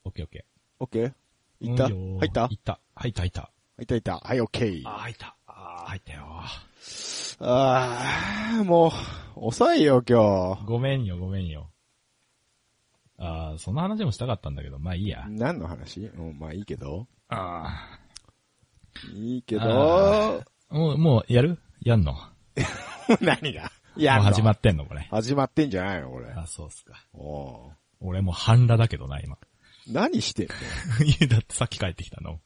オッケーオッケー。 オッケーいった入ったいった。入った。 いった。はい、オッケー。 入った。入ったよ。 もう、遅いよ、今日。 ごめんよ。その話もしたかったんだけど、まあいいや。 何の話？まあいいけど。いいけど。もう、やんの何がもう始まってんのこれ。 始まってんじゃないのこれ。 そうっすか。 お俺もう半裸だけどな、今。 何してんのいや、だってさっき帰ってきたの。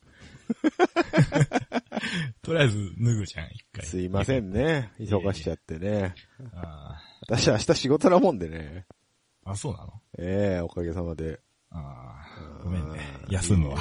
とりあえず脱ぐじゃん、一回。 すいませんね。急がしちゃってね。私明日仕事なもんでね。 そうなの？ おかげさまで。 ごめんね。休むわ。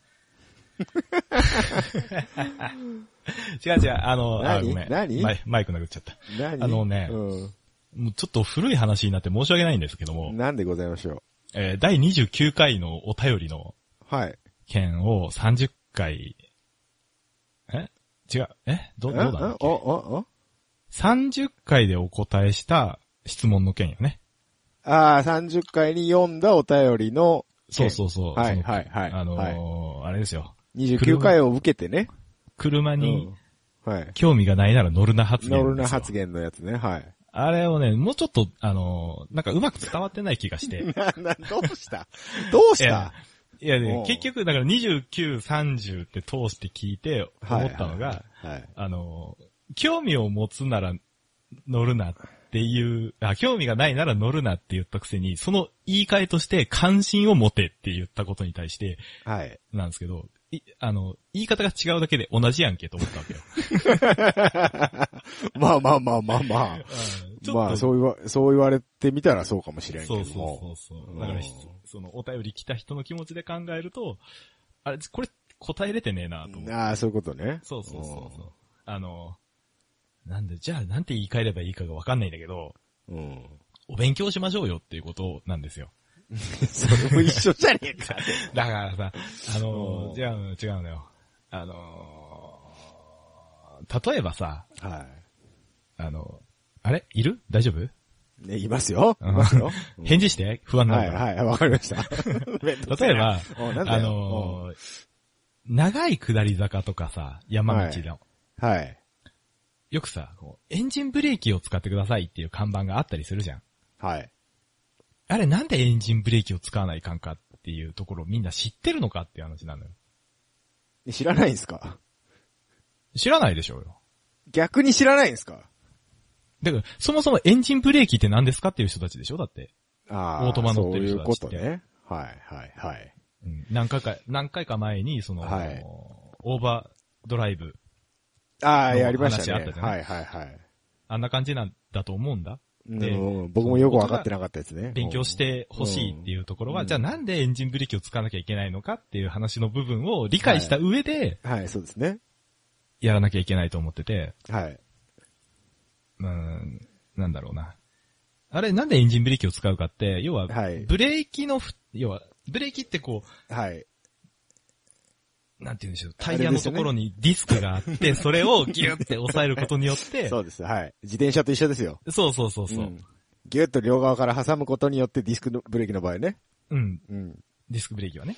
違う。ごめん。 何マイク殴っちゃった。 何もうちょっと古い話になって申し訳ないんですけども。 なんでございましょう。 第29回のお便りの件を30回、違う。どうだっけ？30回でお答えした質問の件よね。 30回に読んだお便りの件。 そう。 はい。 あれですよ。 29回を受けてね。 車に、興味がないなら乗るな発言。 乗るな発言のやつね。はい。 あれをね、もうちょっと、なんかうまく伝わってない気がして。 どうしたいやね、結局、だから29、30って通して聞いて思ったのが、興味を持つなら乗るなっていう、興味がないなら乗るなって言ったくせに、その言い換えとして関心を持てって言ったことに対して、なんですけど、言い方が違うだけで同じやんけと思ったわけよ。 まあ。まあ、そう言われてみたらそうかもしれんけども。 そう。だから、そのお便り来た人の気持ちで考えると、あれ、これ答えれてねえなと思って。 そういうことね。 そう。なんで、じゃあなんて言い換えればいいかがわかんないんだけど、お勉強しましょうよっていうことなんですよ。 それも一緒じゃねえか。 だからさ、違うのよ。例えばさ、あれいる？大丈夫？ ね、いますよ。 返事して、不安なの。 はい、わかりました。 例えば、長い下り坂とかさ、山道の。よくさ、エンジンブレーキを使ってくださいっていう看板があったりするじゃん。あれなんでエンジンブレーキを使わないかんかっていうところをみんな知ってるのかっていう話なのよ。 知らないんすか？ 知らないでしょうよ。 逆に知らないんすか？ だから、そもそもエンジンブレーキって何ですかっていう人たちでしょだって。オートマ乗ってる人たちって。 そういうことね。はい。 何回か前に、オーバードライブ。 やりましたね。 話あったじゃない？はい。あんな感じなんだと思うんだ。 で、僕もよくわかってなかったですね。 勉強してほしいっていうところは、じゃあなんでエンジンブレーキを使わなきゃいけないのかっていう話の部分を理解した上で、 そうですね。 やらなきゃいけないと思ってて、なんだろうな。あれ、なんでエンジンブレーキを使うかって、要は、ブレーキってこう、なんて言うんでしょう、タイヤのところにディスクがあって、それをギュッて押さえることによって、 そうです、自転車と一緒ですよ。 そう。 ギュッと両側から挟むことによってディスクブレーキの場合ね。 ディスクブレーキはね。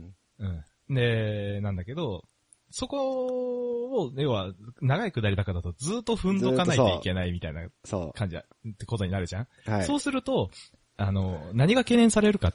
で、なんだけど、そこを、要は、長い下り坂だとずっと踏んどかないといけないみたいな感じってことになるじゃん。そうすると、何が懸念されるかって、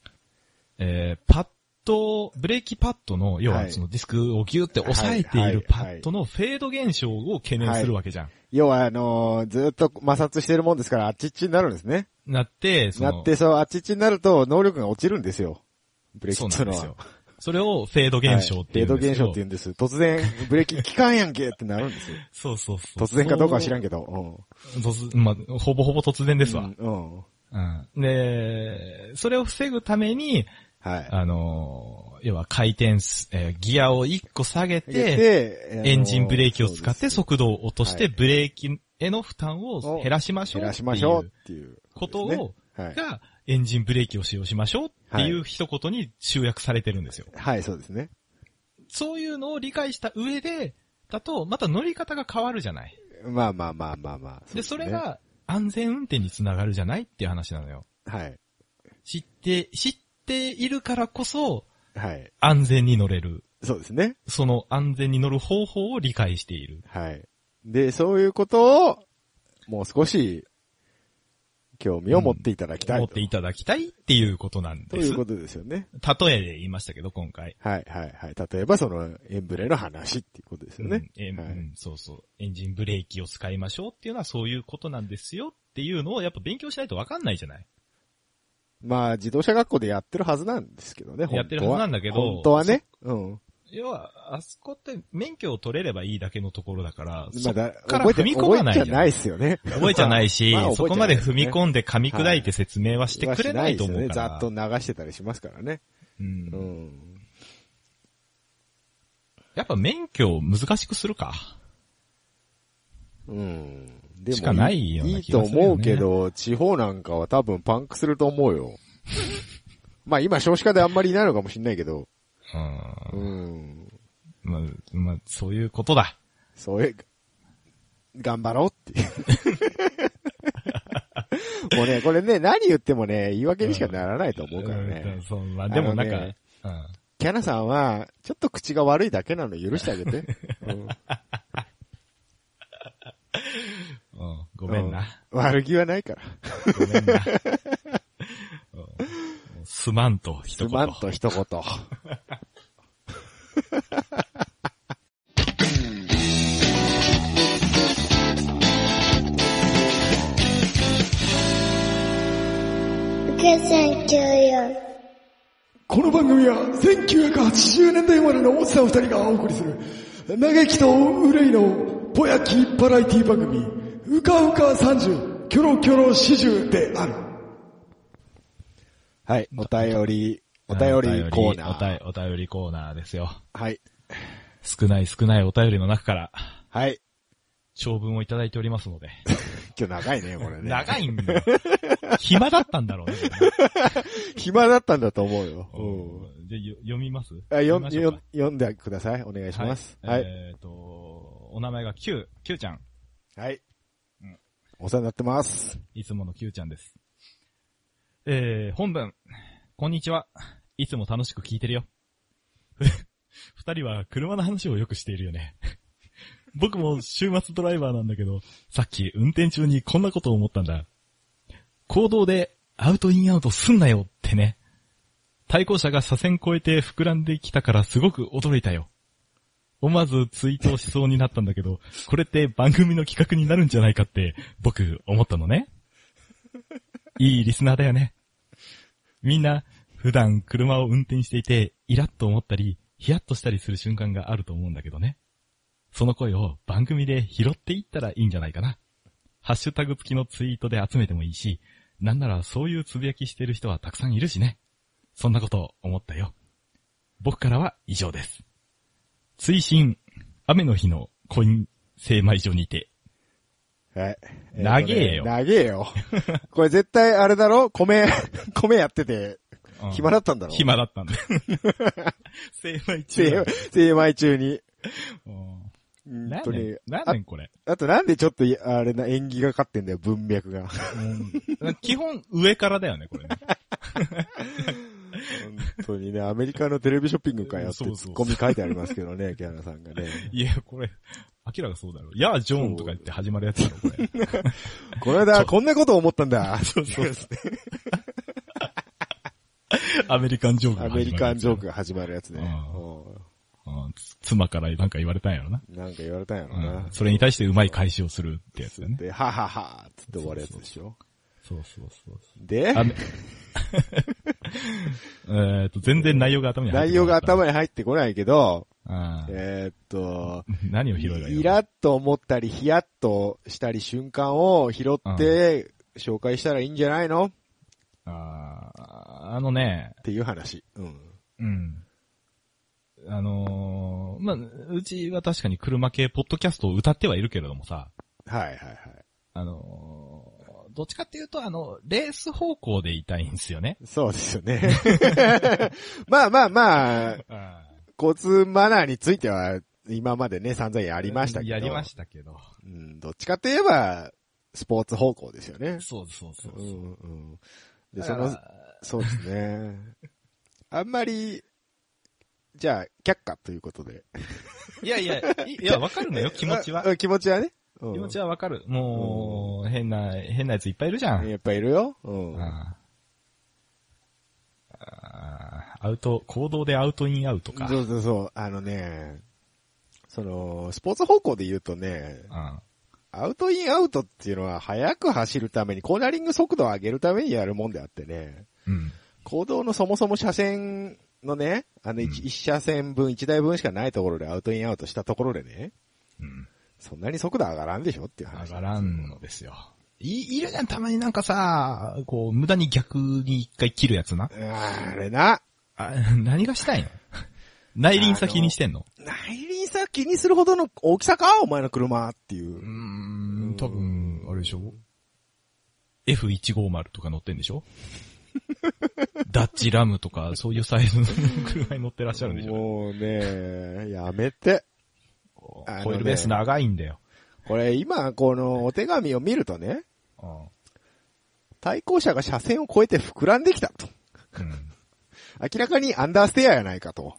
ブレーキパッドの、要はそのディスクをギュって押さえているパッドのフェード現象を懸念するわけじゃん。 要はずっと摩擦してるもんですからあっちっちになるんですね。 あっちっちになると能力が落ちるんですよ。ブレーキっていうのは。 そうなんですよ。それをフェード現象って言うんですよ。 フェード現象って言うんです。突然、ブレーキ効かんやんけってなるんですよ。 そう。 突然かどうかは知らんけど。 ほぼ突然ですわ。で、それを防ぐために、要は回転ギアを1個下げて、エンジンブレーキを使って速度を落として、ブレーキへの負担を減らしましょうっていうことを、が、エンジンブレーキを使用しましょうっていう一言に集約されてるんですよ。 そうですね。 そういうのを理解した上で、だと、また乗り方が変わるじゃない。 まあ。 で、それが安全運転につながるじゃないっていう話なのよ。知っているからこそ、 はい。 安全に乗れる。 そうですね。 その安全に乗る方法を理解している。 はい。で、そういうことを、もう少し、興味を持っていただきたい、 持っていただきたいっていうことなんです。 ということですよね。 例えで言いましたけど、今回。 はいはいはい。例えばその、エンブレの話っていうことですよね。 そうそう。エンジンブレーキを使いましょうっていうのはそういうことなんですよっていうのをやっぱ勉強しないとわかんないじゃない。 まあ、自動車学校でやってるはずなんですけどね、 やってるはずなんだけど。 本当はね。うん。 要は、あそこって免許を取れればいいだけのところだから、 そっから踏み込まないじゃん。 覚えちゃないですよね。 覚えちゃないし、まあそこまで踏み込んで噛み砕いて説明はしてくれないと思うから。 ざっと流してたりしますからね。 やっぱ免許を難しくするか。 でもしかないような気がするよね。 いいと思うけど、地方なんかは多分パンクすると思うよ。まあ今少子化であんまりいないのかもしれないけど。 まあ、そういうことだ。 頑張ろうっていう。もうね、これね、何言ってもね、言い訳にしかならないと思うからね。 まあでもなんか、 キャナさんは、ちょっと口が悪いだけなの許してあげて。 ごめんな。 悪気はないから。 ごめんな。すまんと一言。 すまんと一言。この番組は1980年代生まれのおっさん二人がお送りする嘆きと憂いのぼやきバラエティ番組うかうか30キョロキョロ40である。はい、お便りコーナー。 お便りコーナーですよ。 はい。 少ないお便りの中から。 はい。 長文をいただいておりますので。 今日長いね、これね。 長いんだよ。暇だったんだろうね。 暇だったんだと思うよ。 じゃ読みます？ 読んでください。お願いします。はい。 お名前がQちゃん。 はい。お世話になってます。 いつものQちゃんです。本文。こんにちは。いつも楽しく聞いてるよ。二人は車の話をよくしているよね。僕も週末ドライバーなんだけど、さっき運転中にこんなことを思ったんだ。公道でアウトインアウトすんなよってね。対向車が車線越えて膨らんできたからすごく驚いたよ。思わずツイートしそうになったんだけど、これって番組の企画になるんじゃないかって僕思ったのね。いいリスナーだよね。みんな普段車を運転していてイラッと思ったりヒヤッとしたりする瞬間があると思うんだけどね。その声を番組で拾っていったらいいんじゃないかな。ハッシュタグ付きのツイートで集めてもいいし、なんならそういうつぶやきしてる人はたくさんいるしね。そんなことを思ったよ。僕からは以上です。追伸、雨の日のコイン精米所にて。 はい。 長えよ。 長えよ。これ絶対あれだろ？米やってて、暇だったんだろ？ 暇だったんだ。精米中。 精米中に。 何年これ。 あとなんでちょっと、あれな、縁起がかってんだよ、文脈が。 基本上からだよね、これね。 本当にね、アメリカのテレビショッピングかよってツッコミ書いてありますけどね、キャナさんがね。 いや、これ、明らかそうだろ。いや、ジョーンとか言って始まるやつだろ、これ。 この間、こんなこと思ったんだ。 そうそう。アメリカンジョークが始まるやつね。 妻からなんか言われたんやろな。 なんか言われたんやろな。 それに対してうまい返しをするってやつだね。 で、はははつって終わるやつでしょ。 そう。 で全然内容が頭に入ってこないけど、 何を拾えばいいの？ イラッと思ったり、ヒヤッとしたり瞬間を拾って紹介したらいいんじゃないの？ っていう話。 まあ、うちは確かに車系ポッドキャストを歌ってはいるけれどもさ。 はい。 どっちかっていうとレース方向でいたいんですよね。 そうですよね。まあ、交通マナーについては今までね、散々やりましたけど。 やりましたけど。 どっちかって言えば、スポーツ方向ですよね。 そう。 で、そうですね。あんまり、じゃあ、却下ということで。 いや、わかるのよ、気持ちは。 気持ちはね。 気持ちはわかる。もう、変なやついっぱいいるじゃん。 いっぱいいるよ。 行動でアウトインアウトか。 そう。スポーツ方向で言うとね、アウトインアウトっていうのは速く走るために、コーナリング速度を上げるためにやるもんであってね。公道のそもそも車線のね、1車線分、1台分しかないところでアウトインアウトしたところでね。そんなに速度上がらんでしょっていう話。 上がらんのですよ。いるじゃん、たまになんかさ、こう、無駄に逆に一回切るやつな。 あれな。 何がしたいの？内輪差気にしてんの？ 内輪差気にするほどの大きさかお前の車っていう。 多分、あれでしょ？ F150 とか乗ってんでしょ？ダッチラムとか、そういうサイズの車に乗ってらっしゃるんでしょ？ もうね、やめて。 コイルベース長いんだよ。 これ今、このお手紙を見るとね、対向車が車線を越えて膨らんできたと。明らかにアンダーステアやないかと。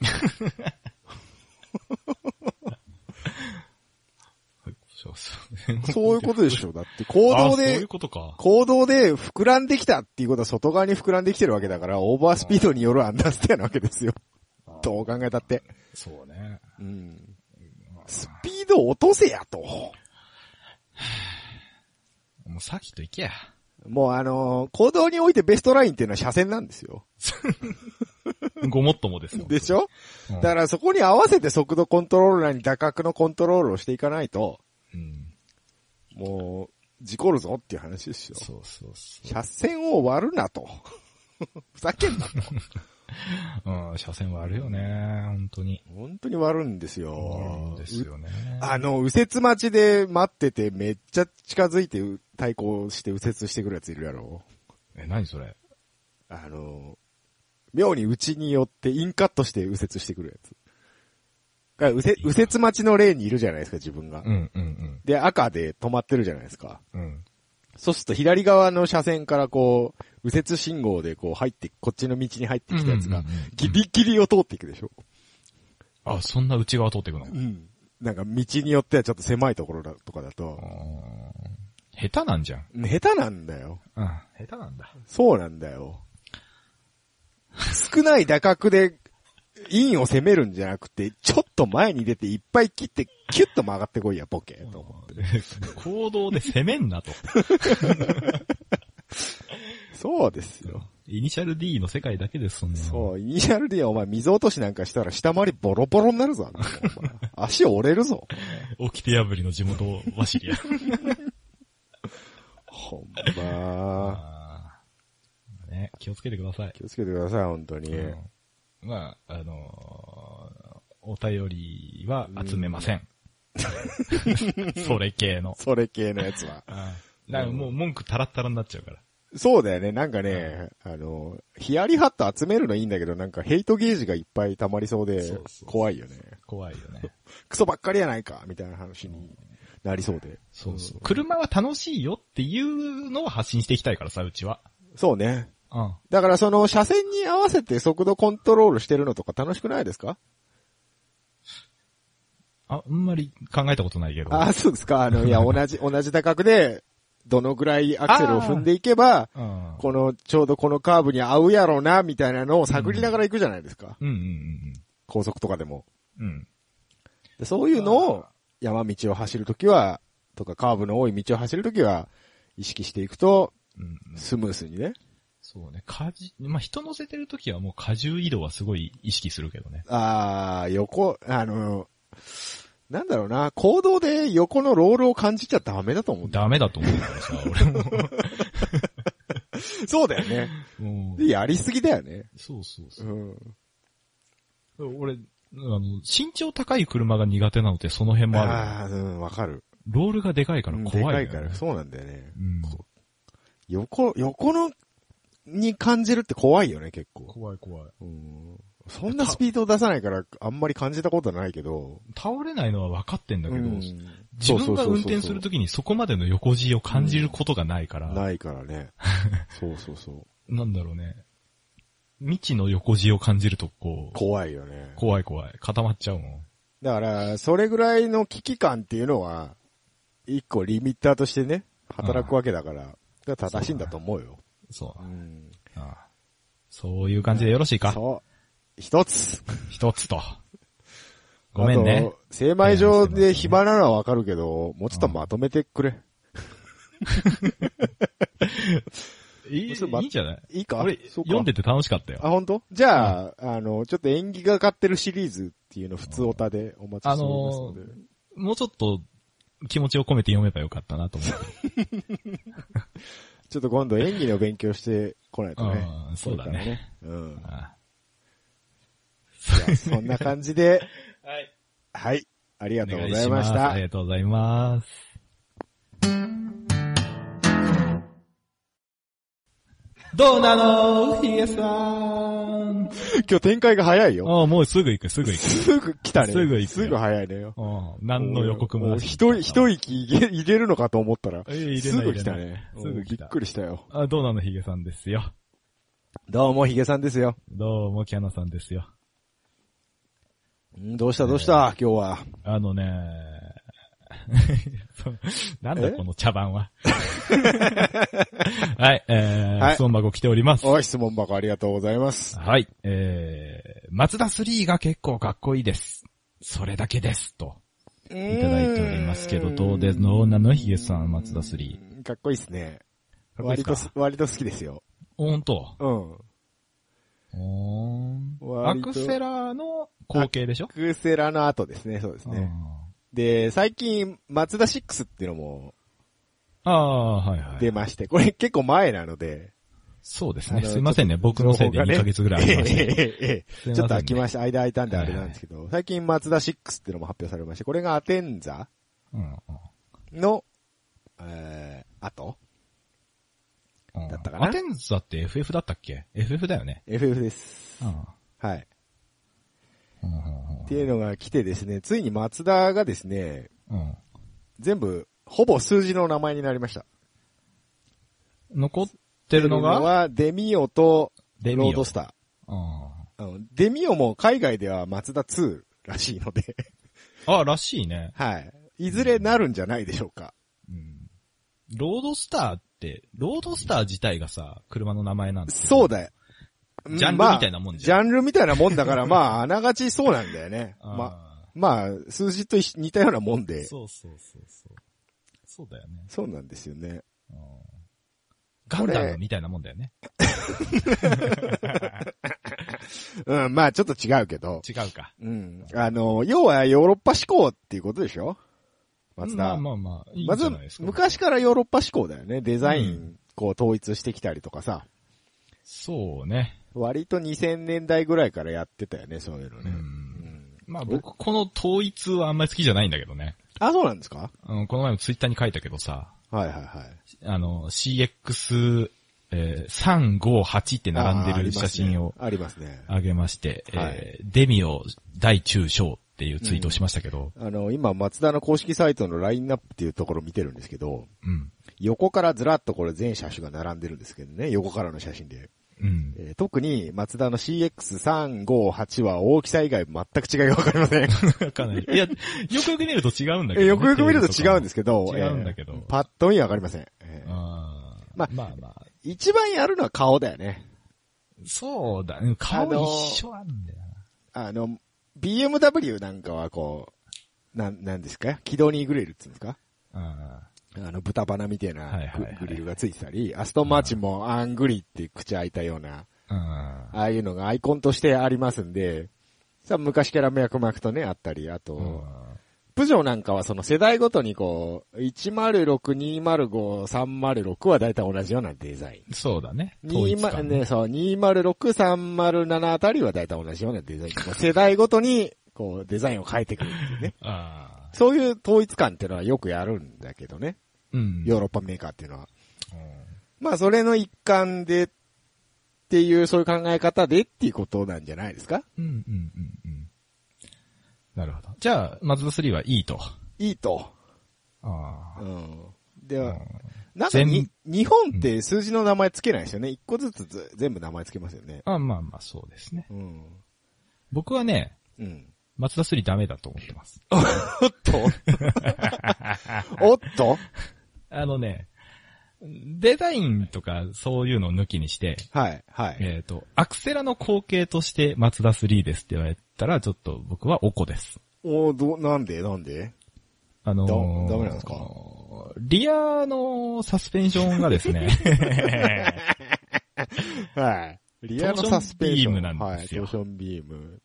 そういうことでしょ。だって行動で膨らんできたっていうことは外側に膨らんできてるわけだから、オーバースピードによるアンダーステアなわけですよ。どう考えたって。 そうね。 スピードを落とせやと。 もうさっきと行けや。 もう公道においてベストラインっていうのは車線なんですよ。 ごもっともですよ。 でしょ？だからそこに合わせて速度コントローラーに打角のコントロールをしていかないと、もう、事故るぞっていう話ですよ。 そう。 車線を割るなと。ふざけんなと。 車線割るよね、本当に。 本当に割るんですよ。 割るんですよね。 右折待ちで待っててめっちゃ近づいて対向して右折してくるやついるやろ。 何それ？ 妙に内によってインカットして右折してくるやつ。右折待ちのレーンにいるじゃないですか、自分が。で、赤で止まってるじゃないですか。そうすると左側の車線からこう、右折信号でこう入って、こっちの道に入ってきたやつが、ギリギリを通っていくでしょ。 あ、そんな内側通っていくの？ なんか道によってはちょっと狭いところとかだと。 下手なんじゃん。 下手なんだよ。 下手なんだ。 そうなんだよ。少ない打角で、インを攻めるんじゃなくて、ちょっと前に出ていっぱい切って、キュッと曲がってこいや、ボケ。と思って。 行動で攻めんなと。 そうですよ。 イニシャル D の世界だけです、そんな。 そう、イニシャル D はお前水落としなんかしたら下回りボロボロになるぞ。足折れるぞ。 掟破りの地元走りや。 ほんまね、気をつけてください。 気をつけてください、本当に。 まあ、お便りは集めません。それ系のやつは。 なんかもう文句タラッタラになっちゃうから。 そうだよね。なんかね、ヒヤリハット集めるのいいんだけど、なんかヘイトゲージがいっぱい溜まりそうで、怖いよね。 怖いよね。 クソばっかりやないか、みたいな話になりそうで。 そう。車は楽しいよっていうのを発信していきたいからさ、うちは。 そうね。だからその車線に合わせて速度コントロールしてるのとか楽しくないですか？ あんまり考えたことないけど。 そうですか。いや、同じ打角で、どのぐらいアクセルを踏んでいけば、ちょうどこのカーブに合うやろうな、みたいなのを探りながら行くじゃないですか。高速とかでも。でそういうのを、山道を走るときは、とかカーブの多い道を走るときは、意識していくと、スムースにね。 そうね。まあ、人乗せてるときはもう荷重移動はすごい意識するけどね。 なんだろうな、行動で横のロールを感じちゃダメだと思う。 ダメだと思うからさ、俺も。 そうだよね。で、やりすぎだよね。 そう。俺、身長高い車が苦手なのってその辺もある。 わかる。 ロールがでかいから怖い、ね。 でかいから、そうなんだよね。横に感じるって怖いよね、結構。 怖い。 そんなスピードを出さないから、あんまり感じたことないけど。 倒れないのは分かってんだけど、自分が運転するときにそこまでの横 G を感じることがないから。 ないからね。そう。 なんだろうね。未知の横地を感じるとこう。 怖いよね。 怖い。固まっちゃうもん。 だから、それぐらいの危機感っていうのは、一個リミッターとしてね、働くわけだから、正しいんだと思うよ。 そう。そういう感じでよろしいか？ そう。一つと。ごめんね。 精米上で暇なのはわかるけど、もうちょっとまとめてくれ。 いいんじゃない？ いいか？ 俺、読んでて楽しかったよ。 あ、本当？じゃあ、ちょっと縁起がかってるシリーズっていうの普通オタでお待ちしておりますので。 もうちょっと気持ちを込めて読めばよかったなと思って。 ちょっと今度演技の勉強してこないとね。 そうだね。 うん。じゃあそんな感じで。 はい。 はい。ありがとうございました。 ありがとうございます。どうなのヒゲさん。 今日展開が早いよ。 もうすぐ行く。すぐ来たね。 すぐ行く。 すぐ早いねよ。 何の予告もなし。 一息入れるのかと思ったら。すぐ来たね。 すぐびっくりしたよ。 どうなのヒゲさんですよ。 どうもヒゲさんですよ。 どうもキャナさんですよ。 どうした今日は。 なんだこの茶番は。はい、質問箱来ております。 質問箱ありがとうございます。 はい、マツダ3が結構かっこいいです。それだけです。と。いただいておりますけど、どうなのヒゲさん、マツダ3。 かっこいいっすね。割と好きですよ。 ほんと？ うん。 アクセラの後継でしょ？ アクセラの後ですね、そうですね。で、最近、マツダ6っていうのも、 はいはい。 出まして、これ結構前なので。 そうですね。すいませんね。僕のせいで2ヶ月ぐらい空きました。 ちょっと空きました。間空いたんであれなんですけど、最近マツダ6っていうのも発表されまして、これがアテンザの、後だったかな。 アテンザって FF だったっけ？ FF だよね。 FF です。はい。っていうのが来てですね、ついにマツダがですね、全部、ほぼ数字の名前になりました。 残ってるのがデミオとロードスター。デミオも海外ではマツダ2らしいので。 らしいね。 はい。いずれなるんじゃないでしょうか。 ロードスター自体がさ、車の名前なんですよ。 そうだよ。 ジャンルみたいなもんじゃん。ジャンルみたいなもんだから、あながちそうなんだよね。数字と似たようなもんで。 そう。そうだよね。 そうなんですよね。 ガンダムみたいなもんだよね。 ちょっと違うけど。 違うか。 要はヨーロッパ志向っていうことでしょ？マツダ。 いいんじゃないですか。 まず、昔からヨーロッパ志向だよね。デザイン、統一してきたりとかさ。 そうね。 割と2000年代ぐらいからやってたよね、そういうのね。 僕、この統一はあんまり好きじゃないんだけどね。 そうなんですか？ この前もツイッターに書いたけどさ。 はい。 CX、358って並んでる写真をありますね。 あげまして、デミオ大中小っていうツイートをしましたけど。 今、マツダの公式サイトのラインナップっていうところを見てるんですけど、横からずらっとこれ全車種が並んでるんですけどね、横からの写真で。特に、マツダの CX358 は大きさ以外全く違いがわかりません。 わかんない。いや、よくよく見ると違うんだけど、ね。 よくよく見ると違うんですけど、 違うんだけど。 パッと見わかりません。一番やるのは顔だよね。 そうだね。顔一緒なんだよな。 BMW なんかはなんですか？キドニーグリルって言うんですか？豚鼻みたいなグリルがついてたり、アストンマーチンもアングリって口開いたような、ああいうのがアイコンとしてありますんで、昔から脈々とね、あったり、あと、プジョーなんかはその世代ごとに106、205、306はだいたい同じようなデザイン。 そうだね。 206、307あたりはだいたい同じようなデザイン。世代ごとに、デザインを変えてくるっていうね。そういう統一感っていうのはよくやるんだけどね。ヨーロッパメーカーっていうのは。それの一環でっていう、そういう考え方でっていうことなんじゃないですか？ なるほど。じゃあ、マツダ3はいいと。 いいと。では、 なんか日本って数字の名前つけないですよね。一個ずつ全部名前つけますよね。 まあまあそうですね。うん、僕はね、マツダ3ダメだと思ってます。 おっとおっとデザインとかそういうのを抜きにして、 はい、はい。 アクセラの後継としてマツダ3ですって言われたら、ちょっと僕はおこです。 なんでダメなんですか？ リアのサスペンションがですね、 はい。リアのサスペンション。トーションビームなんですよ。はい、トーションビ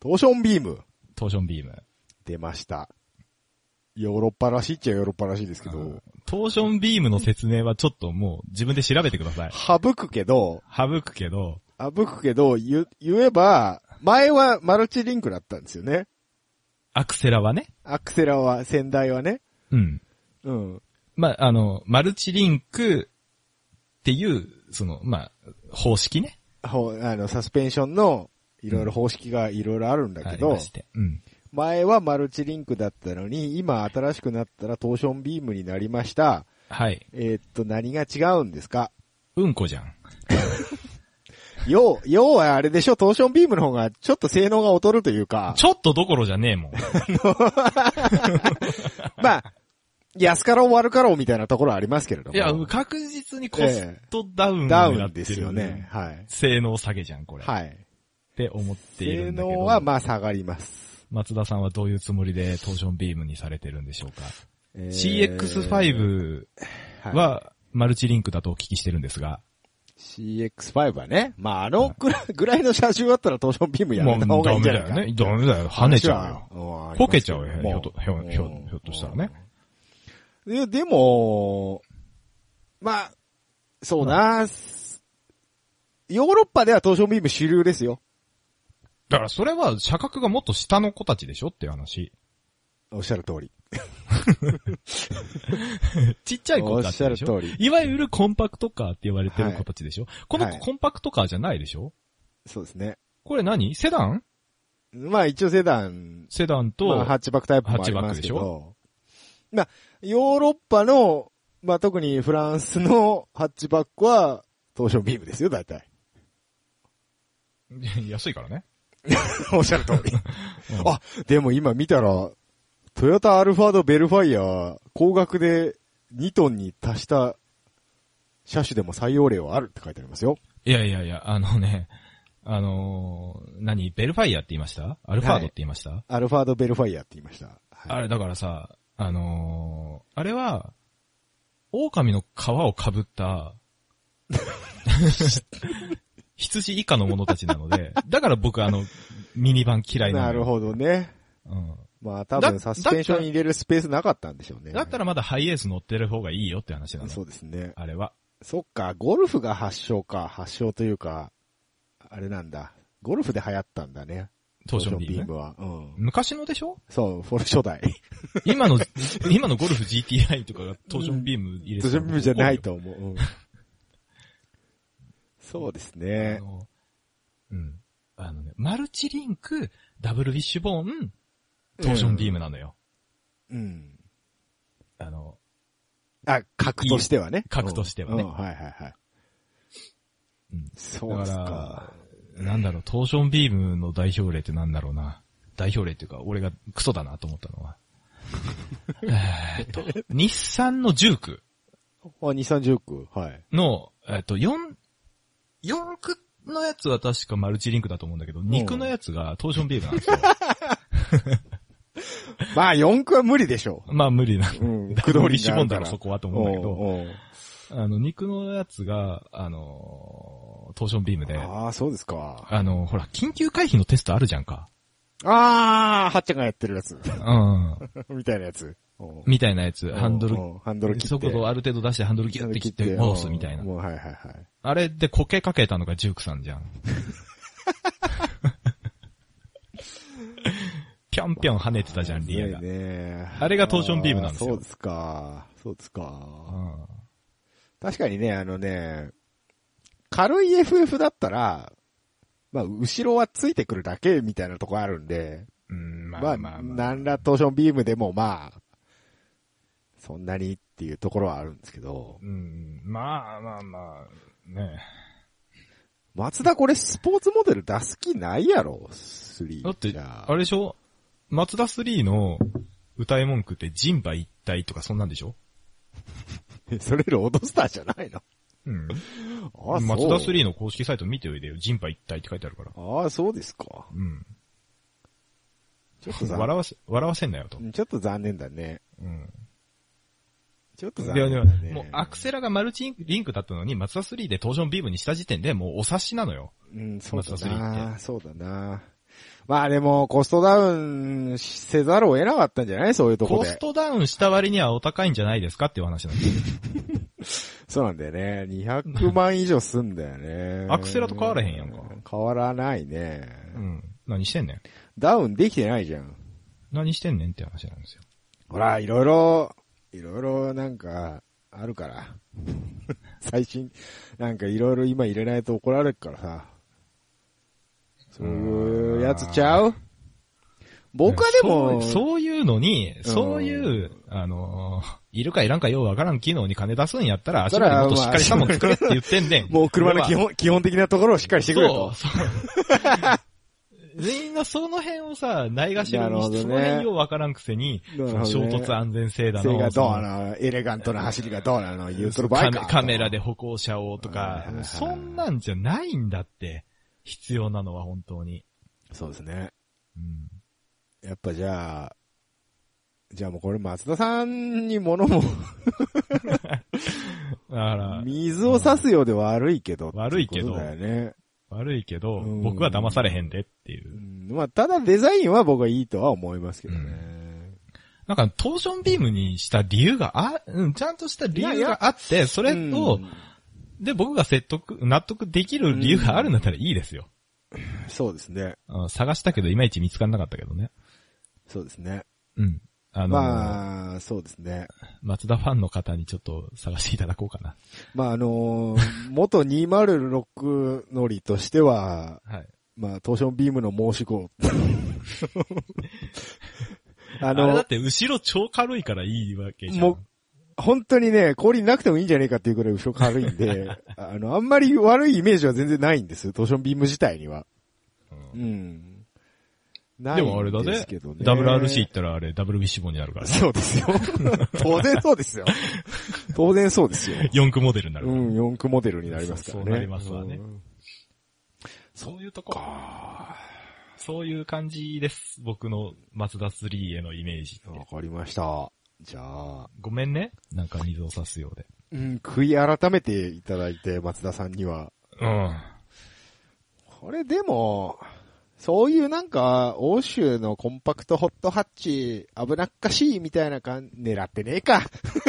ーム。出ました。ヨーロッパらしいっちゃヨーロッパらしいですけど。 トーションビームの説明はちょっともう自分で調べてください。 省くけど、言えば、前はマルチリンクだったんですよね。 アクセラは、 先代はね。 うん。うん。まあ、マルチリンクっていう、方式ね。 サスペンションのいろいろ方式がいろいろあるんだけど、前はマルチリンクだったのに、今新しくなったらトーションビームになりました。 はい。 何が違うんですか？ うんこじゃん。 要はあれでしょ、トーションビームの方がちょっと性能が劣るというか。 ちょっとどころじゃねえもん。 まあ、安かろう悪かろうみたいなところはありますけれども。 いや、確実にコストダウンになってる、 ですよね。はい。 性能下げじゃん、これ。 はい。 って思っているんだけど。 性能はまあ下がります。 松田さんはどういうつもりでトーションビームにされてるんでしょうか。CX5 はマルチリンクだとお聞きしてるんですが。 CX5 はね。まあぐらいの車種だったらトーションビームやめた方がいいんじゃないか。 ダメだよ。跳ねちゃうよ。こけちゃうよ。ひょっとしたらね。 でも、まあ、そうな、ヨーロッパではトーションビーム主流ですよ。 だからそれは車格がもっと下の子たちでしょっていう話。 おっしゃる通り。 ちっちゃい子たちでしょ。おっしゃる通り。いわゆるコンパクトカーって言われてる子たちでしょ。この子コンパクトカーじゃないでしょ。 そうですね。 これ何？セダン？ まあ一応セダンと、 まあ、ハッチバックタイプもありますけど。まあ、ヨーロッパの、まあ特にフランスのハッチバックはトーションビームですよ、大体。 安いからね。 おっしゃる通り。あ、でも今見たら、トヨタアルファードベルファイア、高額で2トンに達した車種でも採用例はあるって書いてありますよ。 いや、ベルファイアって言いました？アルファードって言いました？はい、 アルファードベルファイアって言いました。はい、 あれだからさ、あれは、狼の皮を被った、羊以下の者たちなので、だから僕ミニバン嫌いなの。 なるほどね。うん。まあ多分サスペンション入れるスペースなかったんでしょうね。 だったらまだハイエース乗ってる方がいいよって話なの。 そうですね。 あれは。 そっか、ゴルフが発祥というか、あれなんだ。ゴルフで流行ったんだね。 トーションビームは。うん。 昔のでしょ？ そう、初代。 今のゴルフ GTI とかがトーションビーム入れてる。 トーションビームじゃないと思う。うん、そうですね。 マルチリンク、ダブルフィッシュボーン、トーションビームなのよ。 うん。格としてはね。 格としてはね。 はいはいはい。 うん。そうですか。なんだろう、トーションビームの代表例ってなんだろうな。代表例っていうか、俺がクソだなと思ったのは。日産のジューク。 日産ジュークはい。 の、4駆のやつは確かマルチリンクだと思うんだけど、2駆のやつがトーションビームなんですよ。 まあ4駆は無理でしょう。まあ無理な。うん。駆動に絞んだろそこはと思うんだけど。2駆のやつが、トーションビームで。 ああ、そうですか。 ほら、緊急回避のテストあるじゃんか。 ああ、ハッチャがやってるやつ。 うん。 みたいなやつ。 ハンドル切って。速度をある程度出してハンドルギュッて切って戻すみたいな。 はいはいはい。 あれでこけかけたのがジュークさんじゃん。ぴょんぴょん跳ねてたじゃん、リアが。あれがトーションビームなんですよ。 そうですか。そうですか。確かにね、軽い FF だったら、まあ、後ろはついてくるだけみたいなとこあるんで、まあ、何らトーションビームでもまあ、 そんなにっていうところはあるんですけど。 まあ、ね。 松田これスポーツモデル出す気ないやろ、3。 だって、あれでしょ？松田3の歌い文句って人馬一体とかそんなんでしょ？ それロードスターじゃないの？ 松田3の公式サイト見ておいでよ。人馬一体って書いてあるから。 ああ、そうですか。 ちょっと笑わせんなよと。 ちょっと残念だね。ちょっと残念だね。もうアクセラがマルチリンクだったのに、松田3でトーションビームにした時点でもうお察しなのよ。 そうだな。そうだな。まあでも、コストダウンせざるを得なかったんじゃない？そういうところで。 コストダウンした割にはお高いんじゃないですかっていう話なんですよ。 そうなんだよね。200万以上すんだよね。 アクセラと変わらへんやんか。 変わらないね。 何してんねん。 ダウンできてないじゃん。 何してんねんって話なんですよ。 ほら、いろいろなんか、あるから。最新、なんかいろいろ今入れないと怒られるからさ。そういうやつちゃう？僕はでもそういうのに、そういう、いるかいらんかようわからん機能に金出すんやったら、足場にもっとしっかりしたもん作れって言ってんで。 もう車の基本的なところをしっかりしてくれと。そう。 みんなその辺をさ、ないがしろにして、その辺ようわからんくせに、衝突安全性だの。 がどうなの、エレガントな走りがどうなの、言うとる場合か。 カメラで歩行者をとか、そんなんじゃないんだって、必要なのは本当に。 そうですね。やっぱじゃあもうこれ松田さんに物もだから水を差すようで悪いけど、 悪いけど、僕は騙されへんでっていう。 まあただデザインは僕はいいとは思いますけどね。 なんかトーションビームにした理由がちゃんとした理由があって、それと、で僕が納得できる理由があるんだったらいいですよ。 そうですね。 探したけどいまいち見つからなかったけどね。 そうですね。 まあ、そうですね。 松田ファンの方にちょっと探していただこうかな。 まあ元206乗りとしては、 はい。 まあ、トーションビームの申し子。 あれだって後ろ超軽いからいいわけじゃん。もう、 本当にね、氷なくてもいいんじゃねえかっていうくらい後ろ軽いんで、あんまり悪いイメージは全然ないんです。トーションビーム自体には。 でもあれだね。WRC 行ったらあれダブルウィッシュボンになるからね。 そうですよ。当然そうですよ。当然そうですよ。 4駆モデルになる。 4駆モデルになりますからね。 そうなりますわね。そういうとこ。そういう感じです。僕のマツダ3へのイメージ。 わかりました。じゃあ。 ごめんね。なんか水を差すようで。 悔い改めていただいて、松田さんには。これでも、そういうなんか、欧州のコンパクトホットハッチ、危なっかしいみたいな狙ってねえか。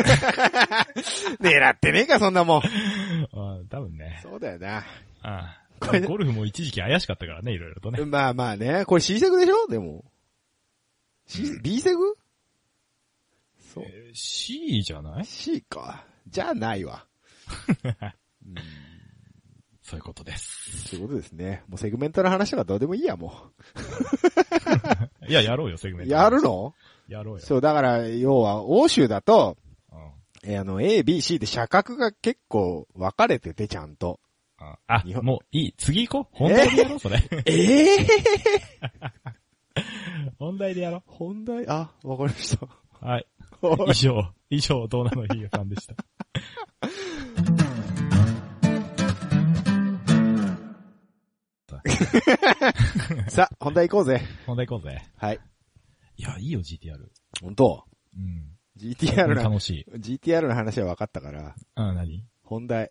狙ってねえか、そんなもん。 多分ね。 そうだよな。 ゴルフも一時期怪しかったからね、いろいろとね。 まあまあね。これ C セグでしょでも。B セグそう。C じゃない？ C か。じゃあないわ。 そういうことです。 そういうことですね。もうセグメントの話とかどうでもいいや、もう。いや、やろうよ、セグメント。 やるの？ やろうよ。 そう、だから、要は、欧州だと、A、B、C で車格が結構分かれてて、ちゃんと。 もういい。次行こう。本題でやろう、それ。本題でやろう。 本題、わかりました。 はい。以上、どうなのひげさんでした。 さあ、本題行こうぜ。はい。 いや、いいよ、GTR。 本当 GTR 楽しい。GTR の話は分かったから。 何？ 本題。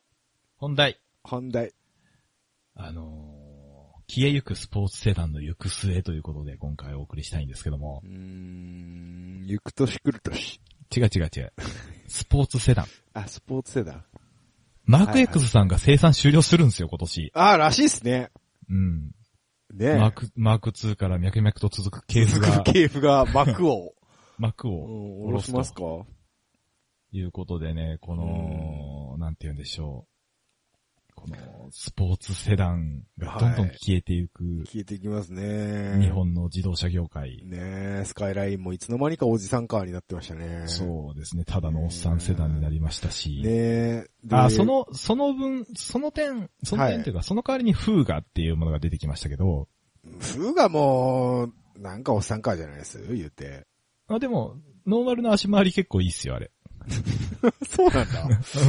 消えゆくスポーツセダンの行く末ということで今回お送りしたいんですけども。 行く年来る年。 違う。スポーツセダン。 スポーツセダン。 マーク X さんが生産終了するんですよ、今年。 らしいっすね。 ねマーク2から脈々と続く系譜が幕を下ろしますかいうことでね、この、なんて言うんでしょう。 このスポーツセダンがどんどん消えていく。 消えていきますね。 日本の自動車業界。 ねスカイラインもいつの間にかおじさんカーになってましたね。 そうですね。ただのおっさんセダンになりましたし。その点というか、その代わりにフーガっていうものが出てきましたけど。 フーガも、なんかおっさんカーじゃないです言うて。 でも、ノーマルの足回り結構いいっすよ、あれ。 そうなんだ。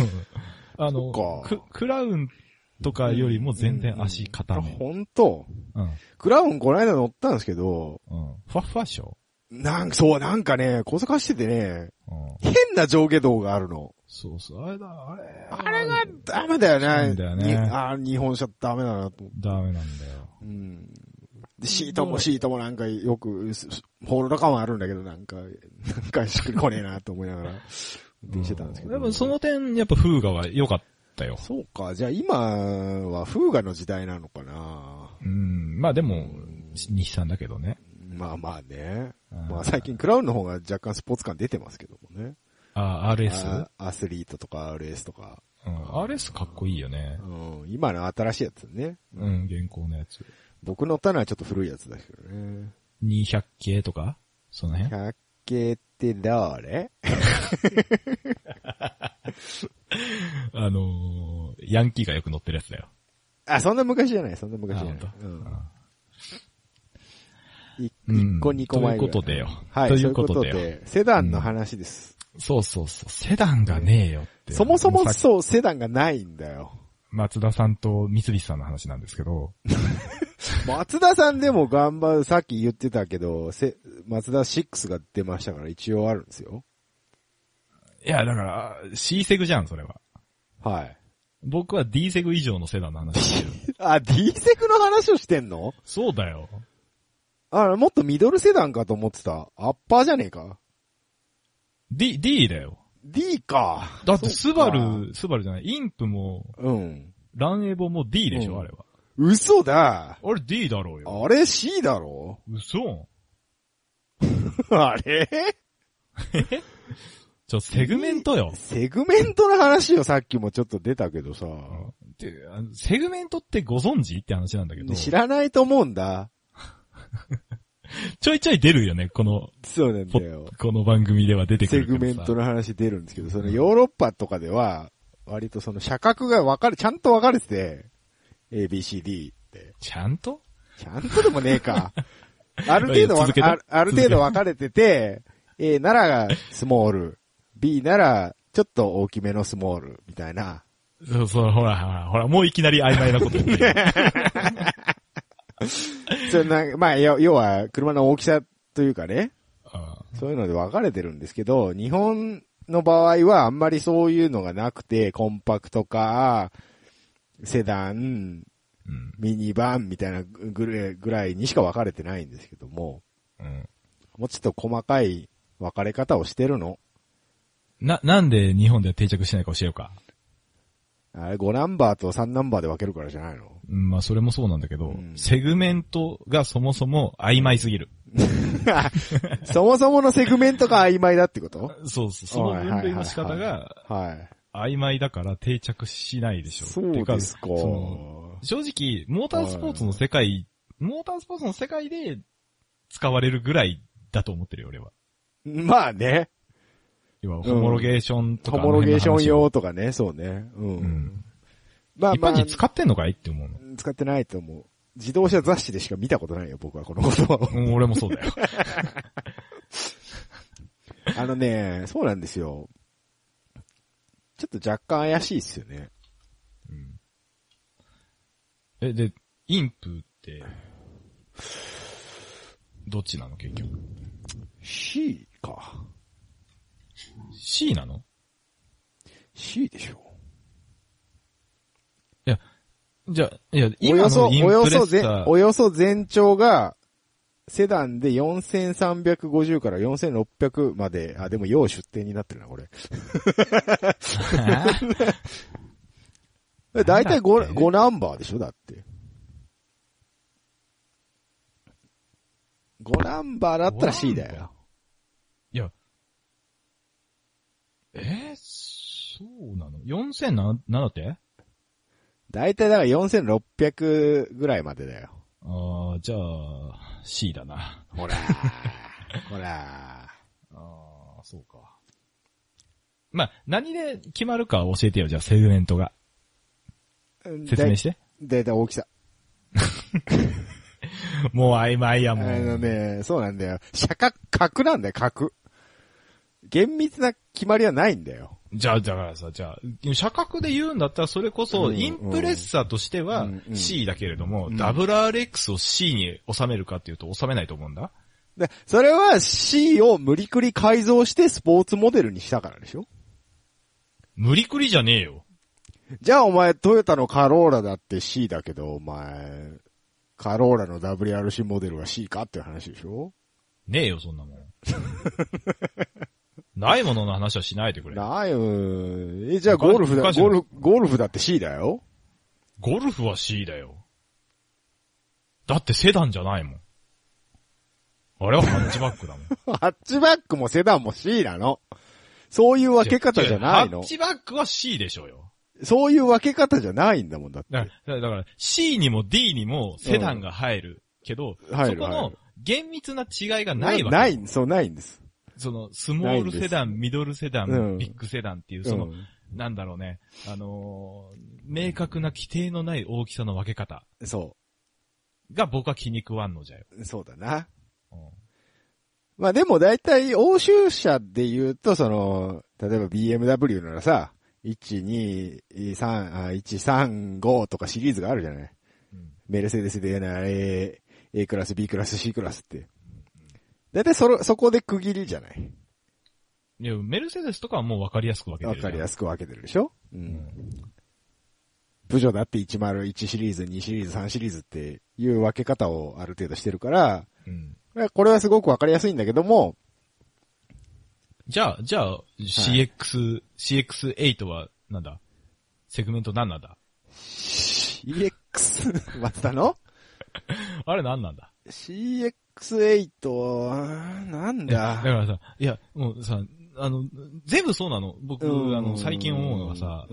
クラウンとかよりも全然足固め。 ほんとクラウンこの間乗ったんですけど、 ふわふわっしょなんかね、小坂しててね、変な上下動があるの。 そうそう、あれがダメだよね。 ダメだよね。 日本車ダメだなと。 ダメなんだよ。 でシートもなんかよく、ホールド感はあるんだけど、なんかしっくりこねえなと思いながら、運転してたんですけど。 でもその点、やっぱフーガは良かったよ。 そうか、じゃあ今はフーガの時代なのかな。 まあでも、日産だけどね。 まあね。まあ最近クラウンの方が若干スポーツ感出てますけどもね。 RS？ アスリートとか RS とか。 RS かっこいいよね。 今の新しいやつね。 現行のやつ。 僕乗ったのはちょっと古いやつだけどね。 200系とかその辺 ?100 系って誰ヤンキーがよく乗ってるやつだよ。 そんな昔じゃない。一個2個前ぐらい。 ということでよ。 はい、ということで、セダンの話です。 そう。セダンがねえよって。 そもそもセダンがないんだよ。 松田さんと三菱さんの話なんですけど。 松田さんでもさっき言ってたけど、松田6が出ましたから一応あるんですよ。 いや、だから、C セグじゃん、それは。 はい。 僕は D セグ以上のセダンの話してる。 D セグの話をしてんの？ そうだよ。 もっとミドルセダンかと思ってた。アッパーじゃねえか。 D だよ。 D か。 だってスバルじゃない。インプも、ランエボも D でしょ、あれは。 嘘だ。 あれ D だろうよ。 あれ C だろ？ 嘘あれセグメントよ。 セグメントの話よ、さっきもちょっと出たけどさ。 セグメントってご存知って話なんだけど。 知らないと思うんだ。 ちょいちょい出るよね、 そうなんだよ。 この番組では出てくる。 セグメントの話出るんですけど、そのヨーロッパとかでは、割とその車格がちゃんと分かれてて、A, B, C, D って。 ちゃんとでもねえか。ある程度分かれてて、A ならスモール、B ならちょっと大きめのスモール、みたいな。 そう、ほら、もういきなり曖昧なこと言ってる。 要は車の大きさというかね。そういうので分かれてるんですけど、日本の場合はあんまりそういうのがなくて、コンパクトカー、セダン、ミニバンみたいなぐらいにしか分かれてないんですけども、もうちょっと細かい分かれ方をしてるの。 なんで日本では定着しないか教えようか。 あれ5ナンバーと3ナンバーで分けるからじゃないの？ まあそれもそうなんだけど、セグメントがそもそも曖昧すぎる。 そもそものセグメントが曖昧だってこと？ そう。その分類の仕方が曖昧だから定着しないでしょ。 そうですか。 正直、モータースポーツの世界で使われるぐらいだと思ってるよ、俺は。 まあね。 要は、ホモロゲーションとか。 ホモロゲーション用とかね、そうね。 まあ、一般人使ってんのかいって思うの。 使ってないと思う。自動車雑誌でしか見たことないよ、僕はこのことを。 俺もそうだよ。 そうなんですよ。ちょっと若干怪しいっすよね。 で、インプって、どっちなの結局。 C か。 C なの？ C でしょ。 今のインプレッサーおよそ全長が、セダンで4350から4600まで、でも要出店になってるな、これ。だいたい5ナンバーでしょだって。5ナンバーだったら C だよ。 いや。そうなの ?4007 ってだいたいだから4600ぐらいまでだよ。 ああ、じゃあ、C だな。 ほらほらああ、そうか。まあ、何で決まるか教えてよ、じゃあ、セグメントが。説明して。 だいたい大きさ。 もう曖昧やもん。そうなんだよ。角なんだよ、角。厳密な決まりはないんだよ。 じゃあ、だからさ、車角で言うんだったら、それこそ、インプレッサーとしては C だけれども、WRX を C に収めるかっていうと収めないと思うんだ。 で、それは C を無理くり改造してスポーツモデルにしたからでしょ？ 無理くりじゃねえよ。 じゃあお前トヨタのカローラだって C だけど、お前、カローラの WRC モデルは C かっていう話でしょ？ ねえよ、そんなもん。ないものの話はしないでくれ。 ないよ。じゃあゴルフだって C だよ。 ゴルフは C だよ。だってセダンじゃないもん。あれはハッチバックだもん。 ハッチバックもセダンも C なの。そういう分け方じゃないの。 ハッチバックは C でしょうよ。 そういう分け方じゃないんだもんだって。 だから C にも D にもセダンが入るけど、そこの厳密な違いがないわけ。 ないんです。 その、スモールセダン、ミドルセダン、ビッグセダンっていう、その、なんだろうね、明確な規定のない大きさの分け方。 そう。 が僕は気に食わんのじゃよ。 そうだな。まあでも大体欧州車で言うと、その、例えば BMW ならさ、135とかシリーズがあるじゃない。メルセデスでA クラス、B クラス、C クラスって。だいたいそこで区切りじゃない。 いや、メルセデスとかはもう分かりやすく分けてる。 分かりやすく分けてるでしょ？プジョだって101シリーズ、2シリーズ、3シリーズっていう分け方をある程度してるから、これはすごく分かりやすいんだけども、 じゃあ、CX8 はなんだ？セグメント何なんだ？ CX、松田のあれ何なんだ？ CX8 は、なんだ。 だからさ、いや、もうさ、全部そうなの。僕、最近思うのがさ、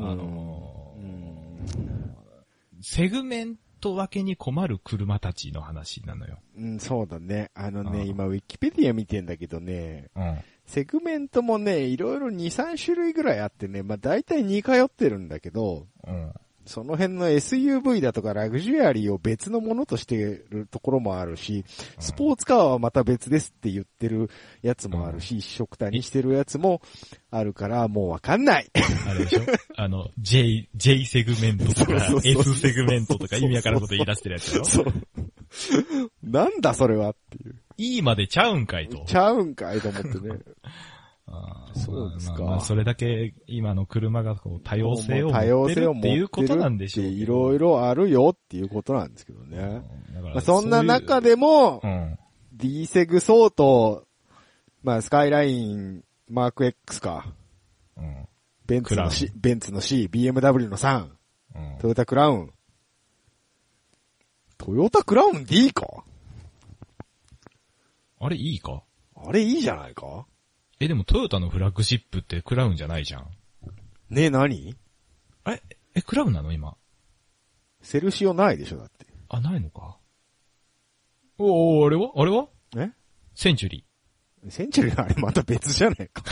セグメント分けに困る車たちの話なのよ。 そうだね。今、ウィキペディア見てんだけどね、セグメントもね、いろいろ2、3種類ぐらいあってね、まあ大体似通ってるんだけど、その辺の SUV だとかラグジュアリーを別のものとしてるところもあるし、スポーツカーはまた別ですって言ってるやつもあるし、一緒くたにしてるやつもあるから、もうわかんない。 あれでしょJ セグメントとか S セグメントとか意味わからんこと言い出してるやつよ。 そう。なんだそれはっていう。 E までちゃうんかいと。 ちゃうんかいと思ってね。そうですか。 まあそれだけ今の車がこう多様性を持ってるっていうことなんでしょう。 いろいろあるよっていうことなんですけどね。まあ、そんな中でも、D セグ相当、まあスカイラインマーク X か。ベンツの C、BMW の3、トヨタクラウン。トヨタクラウン D か？ あれいいか？ あれいいじゃないか？ でもトヨタのフラッグシップってクラウンじゃないじゃん。 ね、何？ クラウンなの今。 セルシオないでしょだって。 あ、ないのか。あれはセンチュリー。センチュリーあれまた別じゃないか。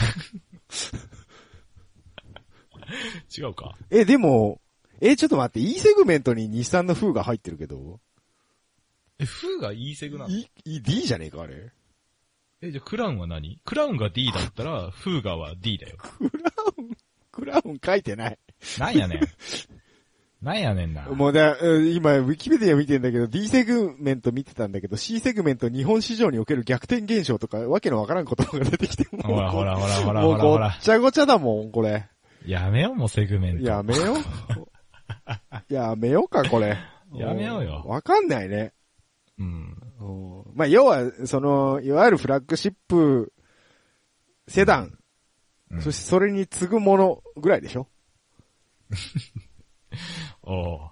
違うか。 でも、ちょっと待って、E セグメントに日産のフーが入ってるけど。 フーが E セグなの？ D じゃねえかあれ。 じゃあクラウンは何？クラウンが D だったら、フーガは D だよ。 クラウン書いてない。 なんやねん。なんやねんな。 もう今、ウィキペディア見てんだけど、D セグメント見てたんだけど、C セグメント日本市場における逆転現象とか、わけのわからん言葉が出てきても。 ほら。 もうごっちゃごちゃだもん、これ。 やめよう、もうセグメント。 やめようか、これ。 やめようよ。 わかんないね。まあ、要は、いわゆるフラッグシップ、セダン、そしてそれに次ぐものぐらいでしょ？ も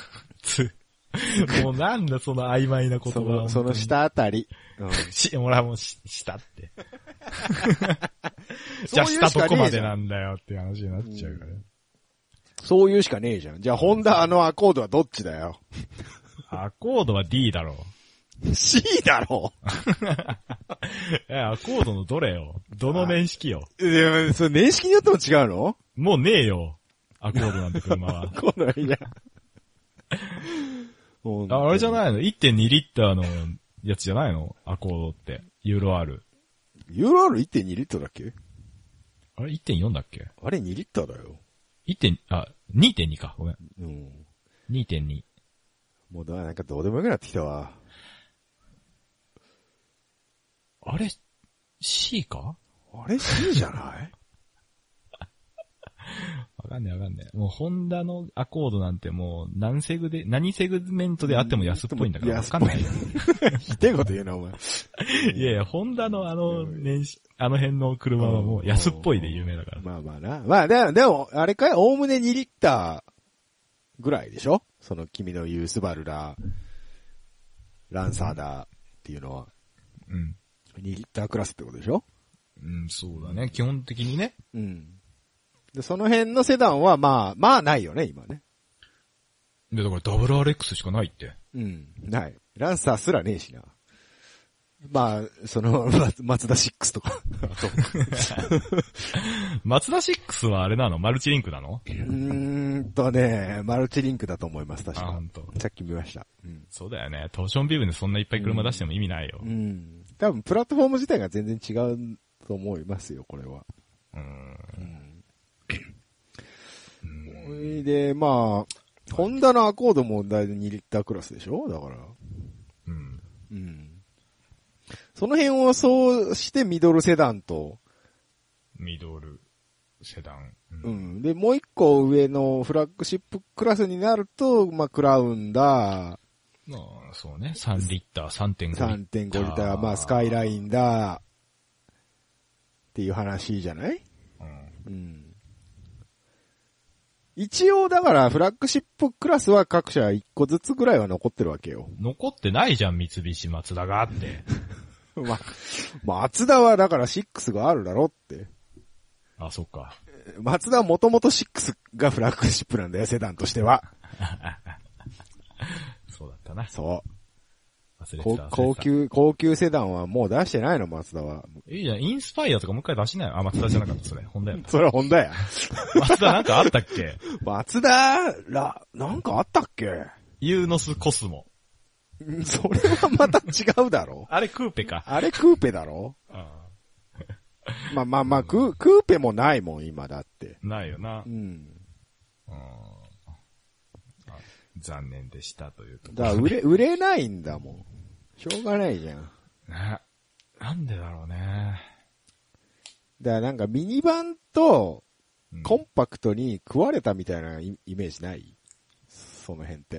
うなんだその曖昧な言葉。 その下あたり。 俺はもう下って。じゃあ下どこまでなんだよっていう話になっちゃうから。 そういうしかねえじゃん。じゃあ、ホンダアコードはどっちだよ。 アコードは D だろ。 C だろアコードのどれよ。どの年式よ。 それ年式によっても違うの？ もうねえよ。アコードなんて車は。 アコードはいいや。 あれじゃないの？ 1.2 リッターのやつじゃないの？アコードって。ユーロ R。 ユーロ R1.2 リットルだっけ？ あれ 1.4 だっけ？ あれ2リッターだよ。 2.2 か。ごめん。 うん。 2.2。 もうなんかどうでもよくなってきたわ。 あれ C か？ あれ C じゃないわかんねえ。もうホンダのアコードなんてもう何セグメントであっても安っぽいんだからわかんないよ。 ひでえこと言うな、お前。 いやいや、ホンダのあの辺の車はもう安っぽいで有名だから。 まあまあな。まあでも、あれかい？おおむね2リッターぐらいでしょ？その君の言うスバルだ、ランサーだっていうのは。 うん。 2リッタークラスってことでしょ？ うん、そうだね。基本的にね。 うん。で、その辺のセダンはまあないよね、今ね。 で、だから WRX しかないって。 うん、ない。ランサーすらねえしな。まあ、マツダ6とか。 マツダ6はあれなの？マルチリンクなの？ マルチリンクだと思います、確か。 ほんと。 さっき見ました。うん、 そうだよね。トーションビューでそんないっぱい車出しても意味ないよ。 多分、プラットフォーム自体が全然違うと思いますよ、これは。で、まあ、ホンダのアコードもだいたい2リッタークラスでしょ？だから。その辺をそうしてミドルセダンと。 ミドルセダン。 で、もう一個上のフラッグシップクラスになると、まあ、クラウンだ。 そうね。3リッター、3.5リッター。 3.5リッター、まあ、スカイラインだ。っていう話じゃない？一応だからフラッグシップクラスは各社1個ずつぐらいは残ってるわけよ。 残ってないじゃん、三菱マツダがあって。 マツダはだから6があるだろって。 あ、そっか。 マツダはもともと6がフラッグシップなんだよ、セダンとしては。 そうだったな。 そう。 忘れてた。 高級セダンはもう出してないの、マツダは。 いいじゃん、インスパイアとかもう一回出しないよ。あ、マツダじゃなかった、それ。ホンダや。 それはホンダや。 マツダなんかあったっけ？ マツダ、なんかあったっけ？ ユーノスコスモ。 それはまた違うだろ。 あれクーペか。 あれクーペだろ。まあ、クーペもないもん、今だって。 ないよな。残念でしたというところ。 だから売れないんだもん。しょうがないじゃん。 ね。なんでだろうね。 だからなんかミニバンとコンパクトに食われたみたいなイメージない？その辺って。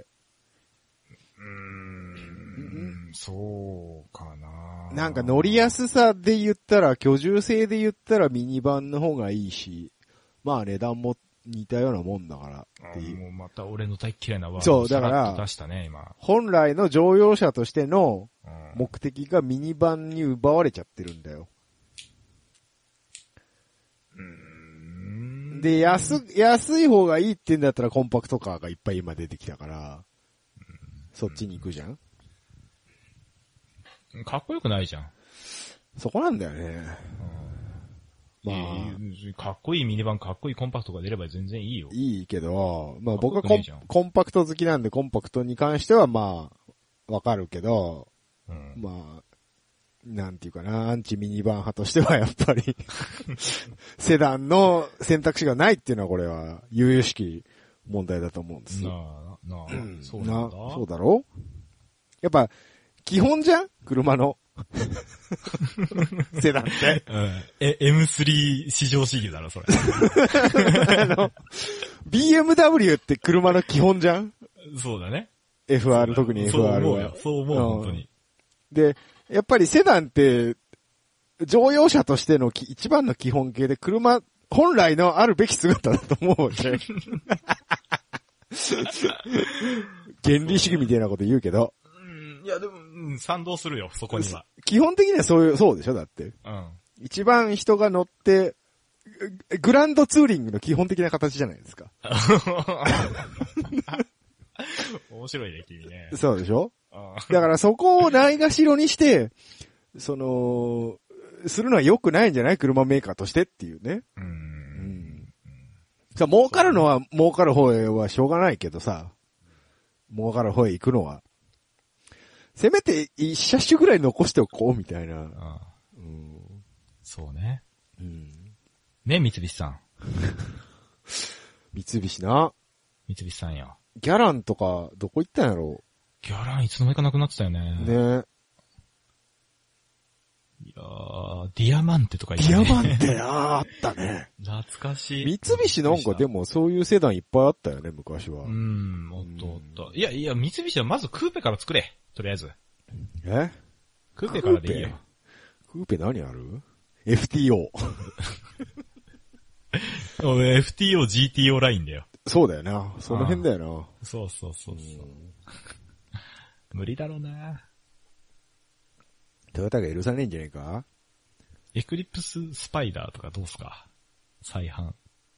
そうかな。 なんか乗りやすさで言ったら、居住性で言ったらミニバンの方がいいし、まあ値段も似たようなもんだからっていう。 もうまた俺の大嫌いなワードをさらっと出したね、今。 本来の乗用車としての目的がミニバンに奪われちゃってるんだよ。で、安い方がいいって言うんだったらコンパクトカーがいっぱい今出てきたから、そっちに行くじゃん？ かっこよくないじゃん。 そこなんだよね。 まあ、かっこいいミニバン、かっこいいコンパクトが出れば全然いいよ。 いいけど、まあ僕はコンパクト好きなんでコンパクトに関してはまあ、わかるけど、まあ、なんていうかな、アンチミニバン派としてはやっぱり、セダンの選択肢がないっていうのはこれは、由々しき問題だと思うんですよ。そうなんだ。そうだろ？やっぱ、基本じゃん？車の。セダンって。 M3 市場主義だろ、それ。 BMW って車の基本じゃん？ そうだね。 FR、特に FR は。 そう思うよ。そう思う、本当に。 で、やっぱりセダンって、乗用車としての一番の基本形で車、本来のあるべき姿だと思うね。原理主義みたいなこと言うけど。 いや、でも、賛同するよ、そこには。 基本的にはそうでしょ、だって。一番人が乗って、 グランドツーリングの基本的な形じゃないですか。 面白いね、君ね。 そうでしょ？だからそこをないがしろにして、するのは良くないんじゃない？車メーカーとしてっていうね。さあ、儲かるのは儲かる方へはしょうがないけどさ、儲かる方へ行くのは、せめて一車種ぐらい残しておこうみたいな。 そうね。ね、三菱さん。 三菱な。 三菱さんや。 ギャランとか、どこ行ったんやろ？ ギャランいつの間にかなくなってたよね。 ね。 いやー、ディアマンテとかディアマンテあったね。 懐かしい。 三菱なんかでもそういうセダンいっぱいあったよね、昔は。 おっとおっと。いや、三菱はまずクーペから作れ。とりあえず。クーペからでいいよ。 クーペ何ある？ FTO。 FTO、GTO ラインだよ。 そうだよな。その辺だよな。 そう。無理だろうな。 トヨタが許さねえんじゃねえか？ エクリプススパイダーとかどうすか？再販。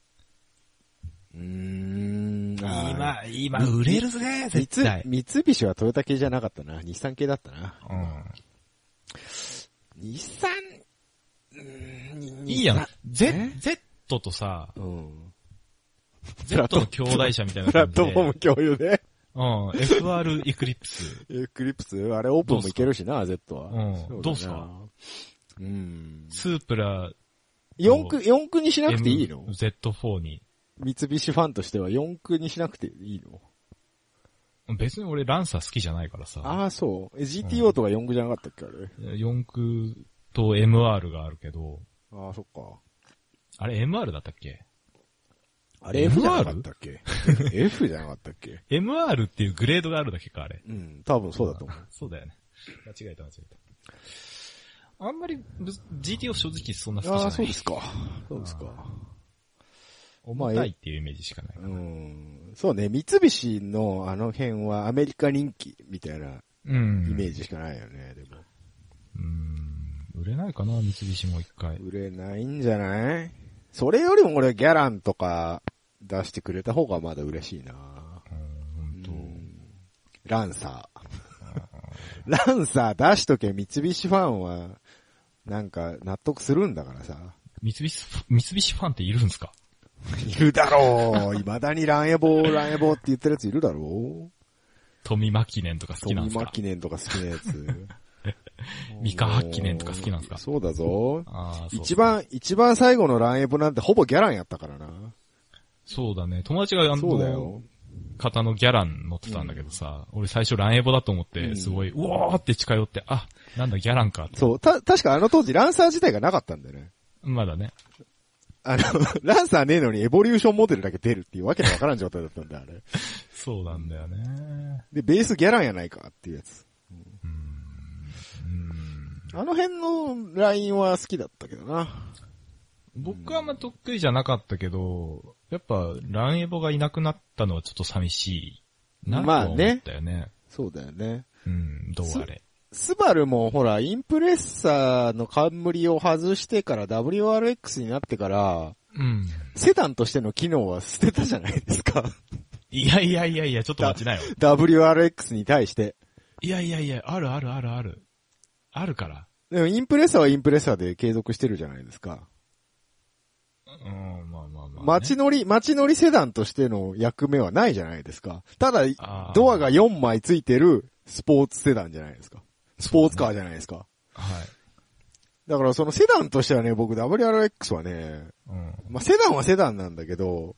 今売れるぜ、絶対。 三菱はトヨタ系じゃなかったな。日産系だったな。日産、 いいやん。Z とさ、Z の兄弟車みたいな感じで。 プラットフォーム共有で。 FR エクリプス。 エクリプスあれオープンもいけるしな、Z は。 どうすか？スープラ。 4駆にしなくていいの？ Z4 に。 三菱ファンとしては4駆にしなくていいの？ 別に俺ランサー好きじゃないからさ。 ああ、そう。GTO とか4駆じゃなかったっけあれ。 4駆と MR があるけど。 ああ、そっか。 あれ MR だったっけ？ あれ F じゃなかったっけ？ F じゃなかったっけ？ MR っていうグレードがあるだけか、あれ。 多分そうだと思う。 そうだよね。間違えた。あんまり、GTO 正直そんな好きじゃない。 ああ、そうですか。 重たいっていうイメージしかない。 そうね、三菱のあの辺はアメリカ人気みたいなイメージしかないよね、でも。 売れないかな、三菱も一回。 売れないんじゃない？それよりも俺ギャランとか出してくれた方がまだ嬉しいな。ランサー。ランサー出しとけ三菱ファンは、なんか納得するんだからさ。 三菱ファンっているんすか？ いるだろう。未だにランエボって言ってるやついるだろう。 富マキネンとか好きなんすか？ 富マキネンとか好きなやつ。 ミカハッキネンとか好きなんすか？ そうだぞ。一番最後のランエボなんてほぼギャランやったからな。 そうだね。友達がそうだよ。 型のギャラン乗ってたんだけどさ、俺最初ランエボだと思って、すごい、うおーって近寄って、あ、なんだギャランかって。 そう、確かあの当時ランサー自体がなかったんだよね。 まだね。 ランサーねえのにエボリューションモデルだけ出るっていうわけのわからん状態だったんだよ、あれ。 そうなんだよね。 で、ベースギャランやないかっていうやつ。あの辺のラインは好きだったけどな。 僕はあんま得意じゃなかったけど、やっぱランエボがいなくなったのはちょっと寂しいなと思ったよね。まあね。 そうだよね。 どうあれ。 スバルもほら、インプレッサーの冠を外してから WRX になってから、セダンとしての機能は捨てたじゃないですか。 いや、ちょっと待ちなよ。 WRX に対して。 いや、ある。あるから。 でもインプレッサーはインプレッサーで継続してるじゃないですか。 まあ、ね。 街乗りセダンとしての役目はないじゃないですか。ただ、ドアが4枚ついてるスポーツセダンじゃないですか。スポーツカーじゃないですか。 はい。 だからそのセダンとしてはね、僕 WRX はね、まあセダンはセダンなんだけど、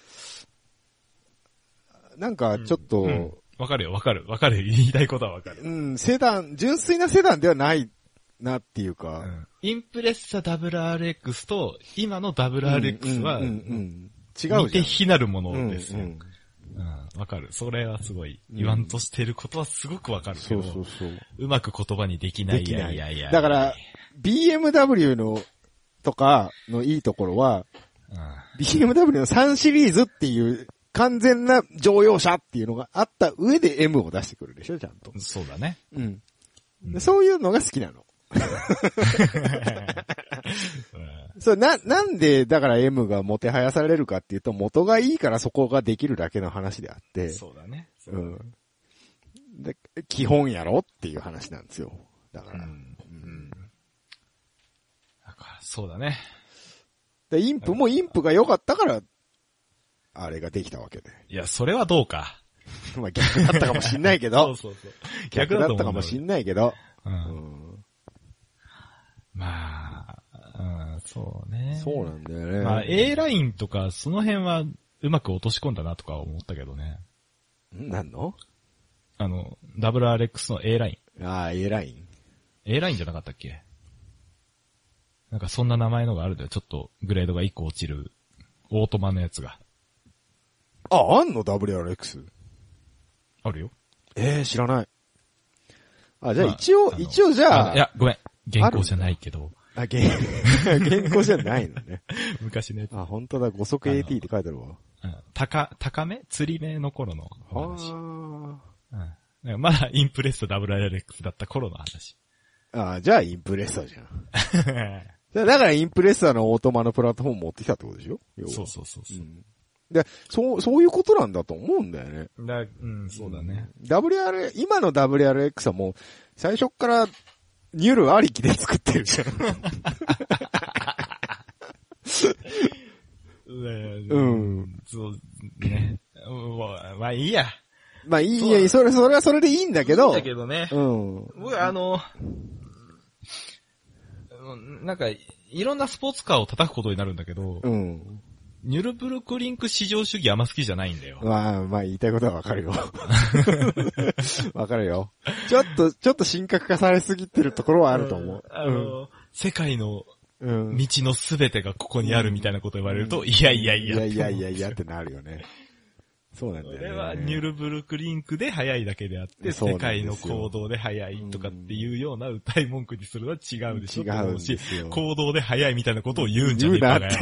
なんかちょっと、 わかる。言いたいことはわかる。 セダン、純粋なセダンではないなっていうか。 インプレッサ WRX と今の WRX は、違うじゃん。似て非なるものですよ。わかる。それはすごい、言わんとしてることはすごくわかるけど、そう。うまく言葉にできない。いや。 だから、BMW の、とかのいいところは、BMW の3シリーズっていう完全な乗用車っていうのがあった上で M を出してくるでしょ、ちゃんと。 そうだね。 そういうのが好きなの。 そう、なんで、だから M がもてはやされるかっていうと、元がいいからそこができるだけの話であって。 そうだね。 うん。で、基本やろっていう話なんですよ。だから。 そうだね。 で、インプが良かったから、あれができたわけで。 いや、それはどうか。 まあ逆だったかもしんないけど。 そう。 逆だったかもしんないけど。 まあ、そうね。 そうなんだよね。 まあ A ラインとか、その辺はうまく落とし込んだなとか思ったけどね。 なんの WRX の A ライン。 ああ、A ライン。 A ラインじゃなかったっけ？なんかそんな名前のがあるんだよ。ちょっとグレードが1個落ちるオートマのやつが。 あんの WRX？ あるよ。 知らない。あ、じゃあ一応じゃあ。 いや、ごめん。原稿じゃないけど。 原稿じゃないのね。 昔ね。 あ、本当だ、5速 AT って書いてあるわ。 高め釣り目の頃の話。まだインプレッソ WRX だった頃の話。 あ、じゃあインプレッソじゃん。だからインプレッサーのオートマのプラットフォーム持ってきたってことでしょ？ そう。 で、そういうことなんだと思うんだよね。 そうだね。 今の WRX はもう、最初からニュルありきで作ってるじゃん。 そうね。まあいいや。 まあいいや、それはそれでいいんだけど。いいんだけどね。僕なんか、いろんなスポーツカーを叩くことになるんだけど、ニュルブルクリンク至上主義あんま好きじゃないんだよ。 まあ言いたいことはわかるよ。わかるよ。ちょっと神格化されすぎてるところはあると思う。 世界の道のすべてがここにあるみたいなこと言われると、いやってなるよね。そうなんだよね。 これはニュルブルクリンクで速いだけであって、世界の行動で速いとかっていうような歌い文句にするのは違うでしょ。 違うんですよ。 行動で速いみたいなことを言うんじゃねえかな。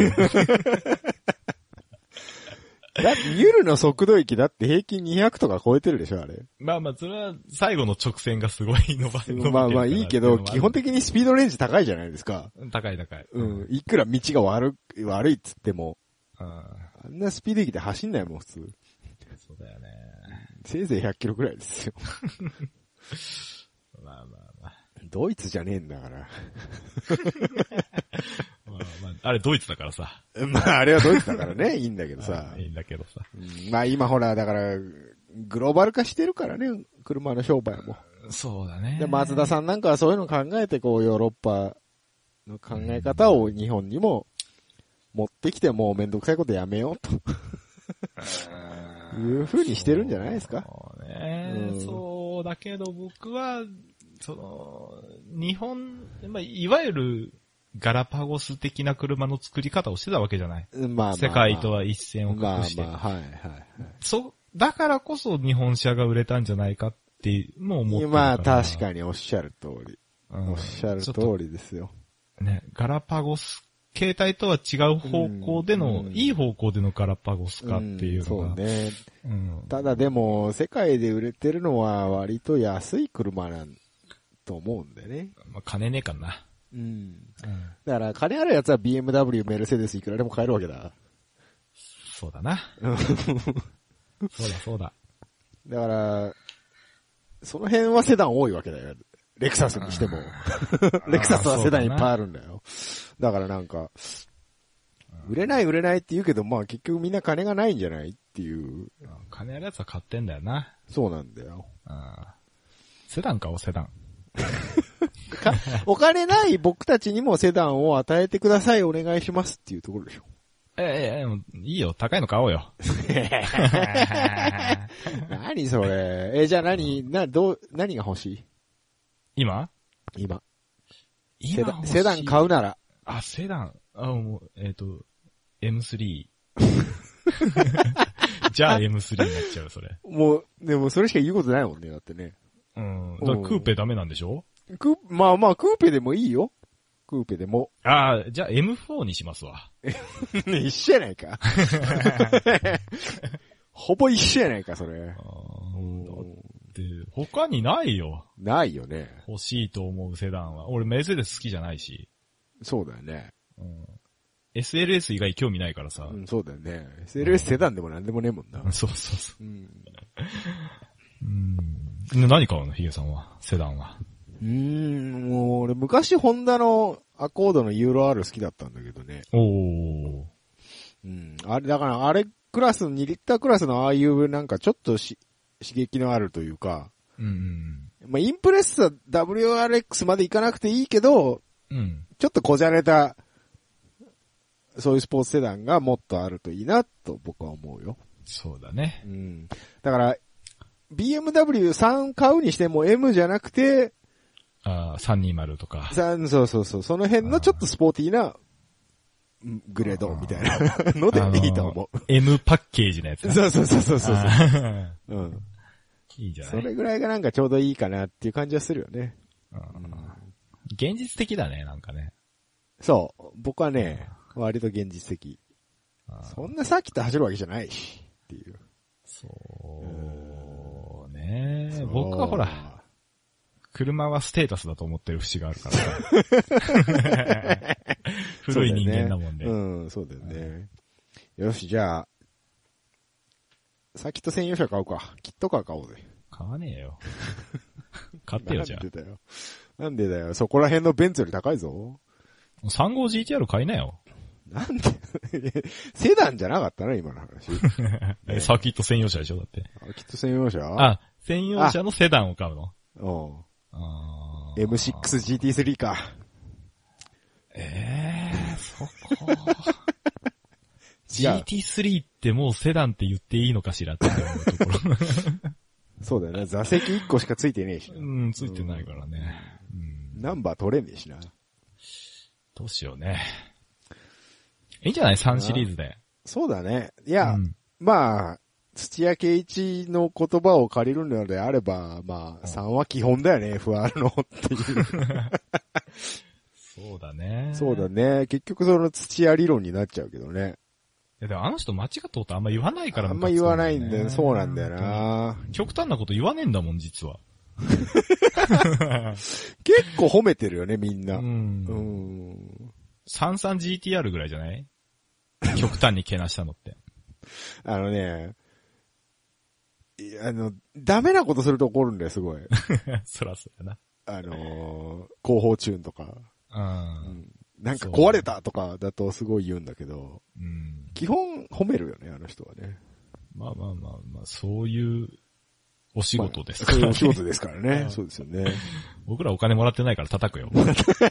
だってニュルの速度域だって平均200とか超えてるでしょ、あれ。 まあそれは最後の直線がすごい伸ばまあいいけど、基本的にスピードレンジ高いじゃないですか。 高い。 いくら道が悪いっつっても。あんなスピード域で走んないもん、普通。 そうだよね。 せいぜい100キロくらいですよ。 まあ。 ドイツじゃねえんだから。 あれドイツだからさ。 まああれはドイツだからね、いいんだけどさ。 いいんだけどさ。 まあ今ほら、だから、グローバル化してるからね、車の商売も。 そうだね。 で、松田さんなんかはそういうの考えて、こう、ヨーロッパの考え方を日本にも持ってきて、もうめんどくさいことやめようと。いう風にしてるんじゃないですか。 そうね。そうだけど僕は、日本、いわゆるガラパゴス的な車の作り方をしてたわけじゃない。世界とは一線を画して。だからこそ日本車が売れたんじゃないかっても思ってるから。 確かにおっしゃる通り。おっしゃる通りですよ。 ね、ガラパゴス形態とは違う方向での、いい方向でのガラパゴスかっていうのが。 そうね。ただでも、世界で売れてるのは割と安い車なんと思うんだよね。 金ねえかな。 だから、金あるやつは BMW、メルセデスいくらでも買えるわけだ。 そうだな。そうだ。 だから、その辺はセダン多いわけだよ。レクサスにしても。レクサスはセダンいっぱいあるんだよ。だからなんか、売れないって言うけど、結局みんな金がないんじゃないっていう。 金あるやつは買ってんだよな。 そうなんだよ。 セダン買おう、セダン。 お金ない僕たちにもセダンを与えてください、お願いしますっていうところでしょ。 いいよ、高いの買おうよ。 何それ。じゃあ何が欲しい？今。セダン買うなら。 セダン。もう、M3。じゃあ M3 になっちゃう、それ。 でもそれしか言うことないもんね、だってね。 だからクーペダメなんでしょ？ クーペでもいいよ。クーペでも。 じゃあ M4 にしますわ。 一緒やないか。ほぼ一緒やないか、それ。 他にないよ。 ないよね。 欲しいと思うセダンは。俺メルセデス好きじゃないし。 そうだよね。 SLS 以外興味ないからさ。 うん、そうだよね。SLS セダンでもなんでもねえもんな。 そうそうそう。何買うのヒゲさんは、セダンは。 もう俺昔ホンダのアコードのユーロ R 好きだったんだけどね。あれ、だからあれクラス、2リッタークラスのああいうなんかちょっと刺激のあるというか、まあ、インプレッサ WRX までいかなくていいけど、ちょっとこじゃれた、そういうスポーツセダンがもっとあるといいなと僕は思うよ。 そうだね。 だから、BMW3 買うにしても M じゃなくて、 320とか。 そうそうそう。その辺のちょっとスポーティーなグレードみたいなのでいいと思う。 M パッケージのやつ。 そうそうそうそう。 いいじゃない。 それぐらいがなんかちょうどいいかなっていう感じはするよね。 現実的だね、なんかね。 そう。僕はね、割と現実的。そんなサーキット走るわけじゃないし、っていう。 そうね。僕はほら、車はステータスだと思ってる節があるから。古い人間だもんね。 そうだよね。よし、じゃあ、サーキット専用車買おうか。キットカー買おうぜ。 買わねえよ。買ってよ、じゃあ。 なんでだよ。そこら辺のベンツより高いぞ。 35GTR 買いなよ。 なんでセダンじゃなかったな、今の話。 サーキット専用車でしょだって。 サーキット専用車？ 専用車のセダンを買うの？ M6GT3 か。 そこ。GT3 ってもうセダンって言っていいのかしらって思うところ。 そうだよね。座席1個しかついてねえし。 ついてないからね。 ナンバー取れねえしな。 どうしようね。いいんじゃない ?3 シリーズで。 そうだね。いや、まあ、土屋圭一の言葉を借りるのであれば、まあ、3は基本だよね、FR のっていう。 そうだね。 そうだね。結局その土屋理論になっちゃうけどね。 いやでもあの人間違ったことあんま言わないから、 あんま言わないんだよ。そうなんだよな。 極端なこと言わねえんだもん、実は。 結構褒めてるよね、みんな。 33GTR ぐらいじゃない極端にけなしたのって。 ダメなことすると怒るんだよ、すごい。 そらそうやな。 後方チューンとか。なんか壊れたとかだとすごい言うんだけど、基本褒めるよね、あの人はね。 まあ、そういうお仕事ですからね。 そういうお仕事ですからね。そうですよね。 僕らお金もらってないから叩くよ。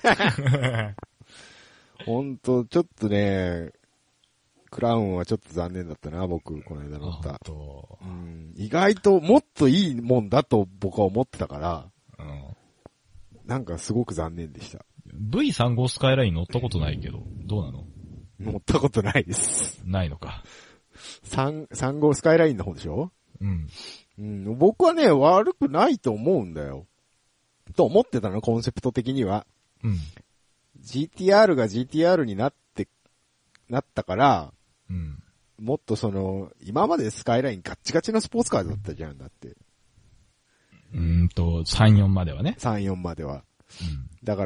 ほんと、ちょっとね、クラウンはちょっと残念だったな、僕、この間乗った。意外ともっといいもんだと僕は思ってたから、なんかすごく残念でした。 V35 スカイライン乗ったことないけど、どうなの？ 乗ったことないです。 ないのか。 35スカイラインの方でしょ？僕はね、悪くないと思うんだよ。と思ってたの、コンセプト的には。GTR が GTR になったから、もっと今までスカイラインガッチガチのスポーツカーだったじゃん、だって。3、 4まではね。 3、4までは。だから、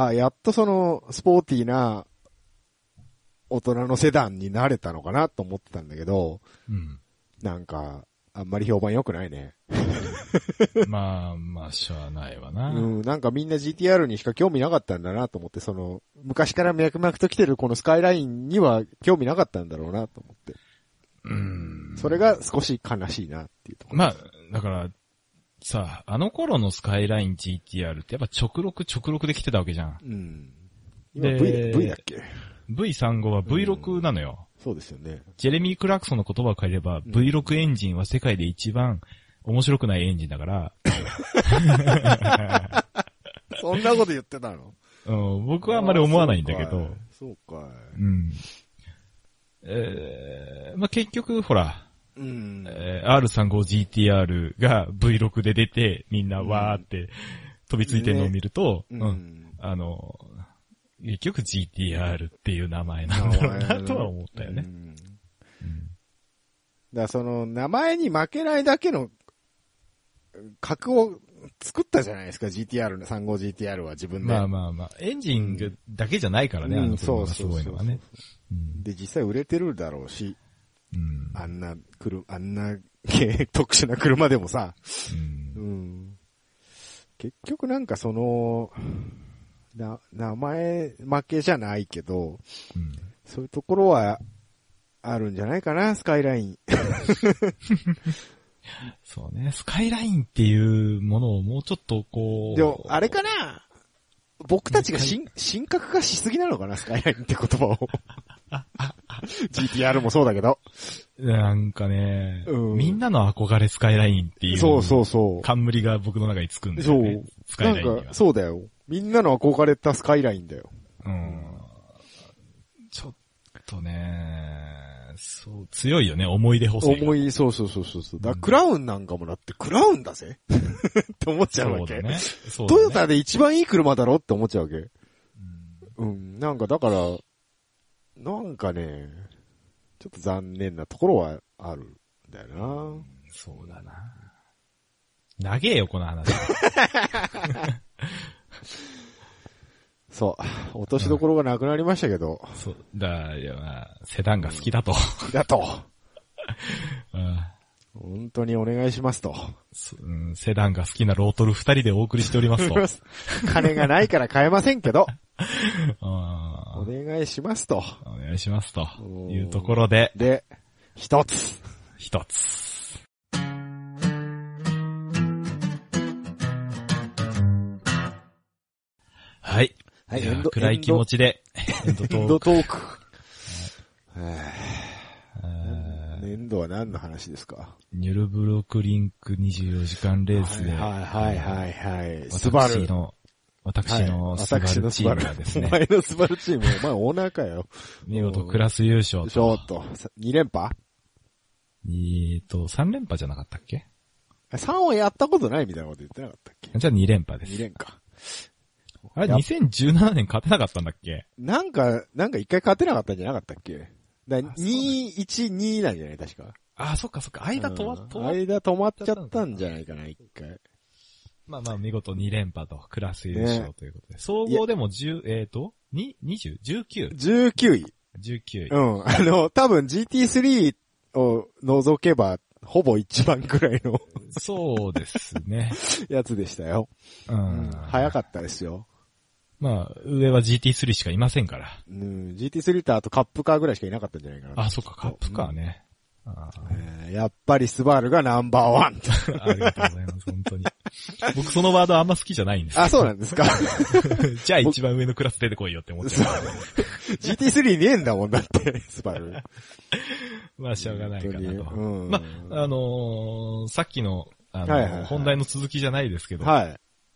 やっとスポーティーな大人のセダンになれたのかなと思ってたんだけど、なんか、あんまり評判良くないね。 まあ、しゃあないわな。 なんかみんな GTR にしか興味なかったんだなと思って、昔から脈々と来てるこのスカイラインには興味なかったんだろうなと思って。それが少し悲しいなっていうところ。 まあ、だから、さあ、あの頃のスカイライン GTR ってやっぱ直録で来てたわけじゃん。 今 V だっけ？ V35 は V6 なのよ。 そうですよね。 ジェレミー・クラクソンの言葉を変えれば、V6 エンジンは世界で一番面白くないエンジンだから。 そんなこと言ってたの？ 僕はあんまり思わないんだけど。 そうかい。 まあ、結局、ほら、R35GTR が V6 で出て、みんなわーって飛びついてるのを見ると、結局 GTR っていう名前なんだろうなとは思ったよね。 だから名前に負けないだけの格を作ったじゃないですか、GTR の、35GTR は自分で。 まあまあまあ、エンジンだけじゃないからね、あの車がすごいのはね。 で、実際売れてるだろうし、あんな特殊な車でもさ、結局なんか名前負けじゃないけど、そういうところはあるんじゃないかな、スカイライン。 そうね、スカイラインっていうものをもうちょっとこう。 でも、あれかな、僕たちが神格化しすぎなのかな、スカイラインって言葉を。GTR もそうだけど。 なんかね、みんなの憧れスカイラインっていう。 そう。 冠が僕の中につくんだよね。スカイラインには。 なんか、そうだよ。みんなの憧れたスカイラインだよ。 ちょっとね、そう、強いよね、思い出補正。 そう。クラウンなんかもだってクラウンだぜって思っちゃうわけ。そうだね。トヨタで一番いい車だろって思っちゃうわけ。なんかだから、なんかね、ちょっと残念なところはあるんだよな。 そうだな。長えよ、この話。 そう。落としどころがなくなりましたけど。 そう。いやまあ、セダンが好きだと。 本当にお願いしますと。 セダンが好きなロートル2人でお送りしておりますと。 金がないから買えませんけど。お願いしますと。 お願いしますというところで。 で、一つ。 はい。暗い気持ちで、エンドトーク。 年度は何の話ですか？ ニュルブルクリンク24時間レースで。 スバル。 私のスバルチームがですね。 お前のスバルチーム、お前オーナーかよ。 見事クラス優勝と。 2連覇 3連覇じゃなかったっけ？ 3 はやったことないみたいなこと言ってなかったっけ？ じゃあ2連覇です。 2連か。 あれ、2017年勝てなかったんだっけ？ なんか一回勝てなかったんじゃなかったっけ？2-1-2なんじゃない確か。 そっか。間止まっちゃったんじゃないかな、一回。 まあ、見事2連覇と、クラス優勝ということで。総合でも19位。 19位。多分 GT3 を除けば、ほぼ一番くらいの。 そうですね。 やつでしたよ。早かったですよ。 まあ、上は GT3 しかいませんから。 GT3 とあとカップカーぐらいしかいなかったんじゃないかな。 そっか、カップカーね。 やっぱりスバルがナンバーワン。 ありがとうございます、本当に。僕そのワードあんま好きじゃないんですそうなんですか。 じゃあ一番上のクラス出てこいよって思ってます。 GT3 ねえんだもんだって、スバル。 まあ、しょうがないかなと。まあ、さっきの、本題の続きじゃないですけど。ま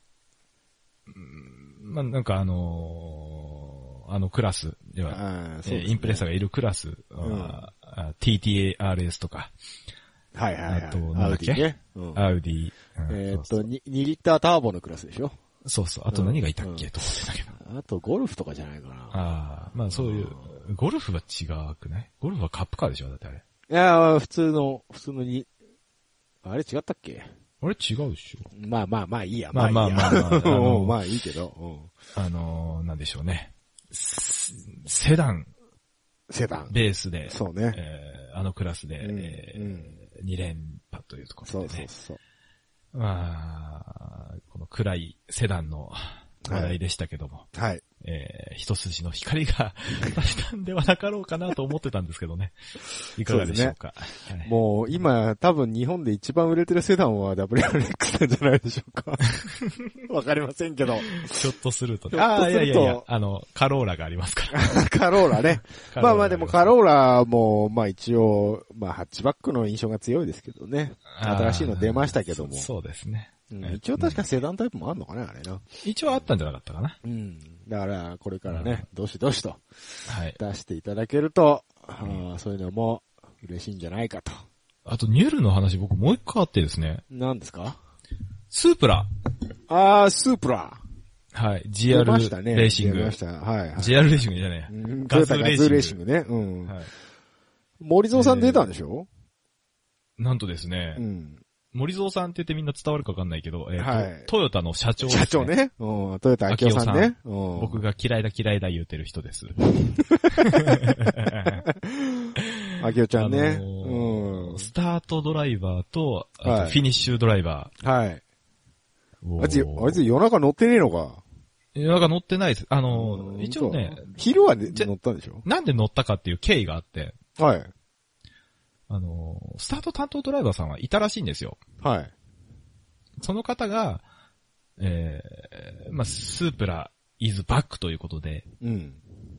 あ、なんかクラスでは、インプレッサがいるクラスは、TTARS とか。あと、なんだっけ？アウディ。 2リッターターボのクラスでしょ？ そう。あと何がいたっけと思ってたけど。 あとゴルフとかじゃないかな。 まあそういう、ゴルフは違くない？ゴルフはカップカーでしょだってあれ。 いや、普通のあれ違ったっけ？ あれ違うでしょ？ まあいいや。 まあ。 まあいいけど。 なんでしょうね。セダン。ベースで。 そうね。 クラスで、2連覇というところでね。 そう。 まあ、この暗いセダンの話題でしたけども。 はい。 一筋の光が出たんではなかろうかなと思ってたんですけどね。いかがでしょうか。 もう今多分日本で一番売れてるセダンは WRX なんじゃないでしょうか。わかりませんけど。 ひょっとするとね。いや、カローラがありますから。 カローラね。まあでもカローラも、まあ一応、まあハッチバックの印象が強いですけどね。新しいの出ましたけども。 そうですね。 一応確かセダンタイプもあんのかなあれな。 一応あったんじゃなかったかな。 だから、これからね、どしどしと、出していただけると、そういうのも嬉しいんじゃないかと。 あと、ニュルの話僕もう一個あってですね。 何ですか？ スープラ。 スープラ。 はい。GR レーシング。GR レーシングじゃねえ。 ガズレーシングね。森蔵さん出たんでしょ？ なんとですね。 森蔵さんって言ってみんな伝わるかわかんないけど、 はい、 トヨタの社長ですね。 社長ね。うん、トヨタ秋夫さんね。 僕が嫌いだ言うてる人です。 秋夫ちゃんね。 スタートドライバーと、あとフィニッシュドライバー。はい。あいつ夜中乗ってねえのか。 夜中乗ってないです。一応ね。 昼は乗ったんでしょ？ なんで乗ったかっていう経緯があって。 はい。 スタート担当ドライバーさんはいたらしいんですよ。 はい。 その方が、スープライズバックということで、 うん。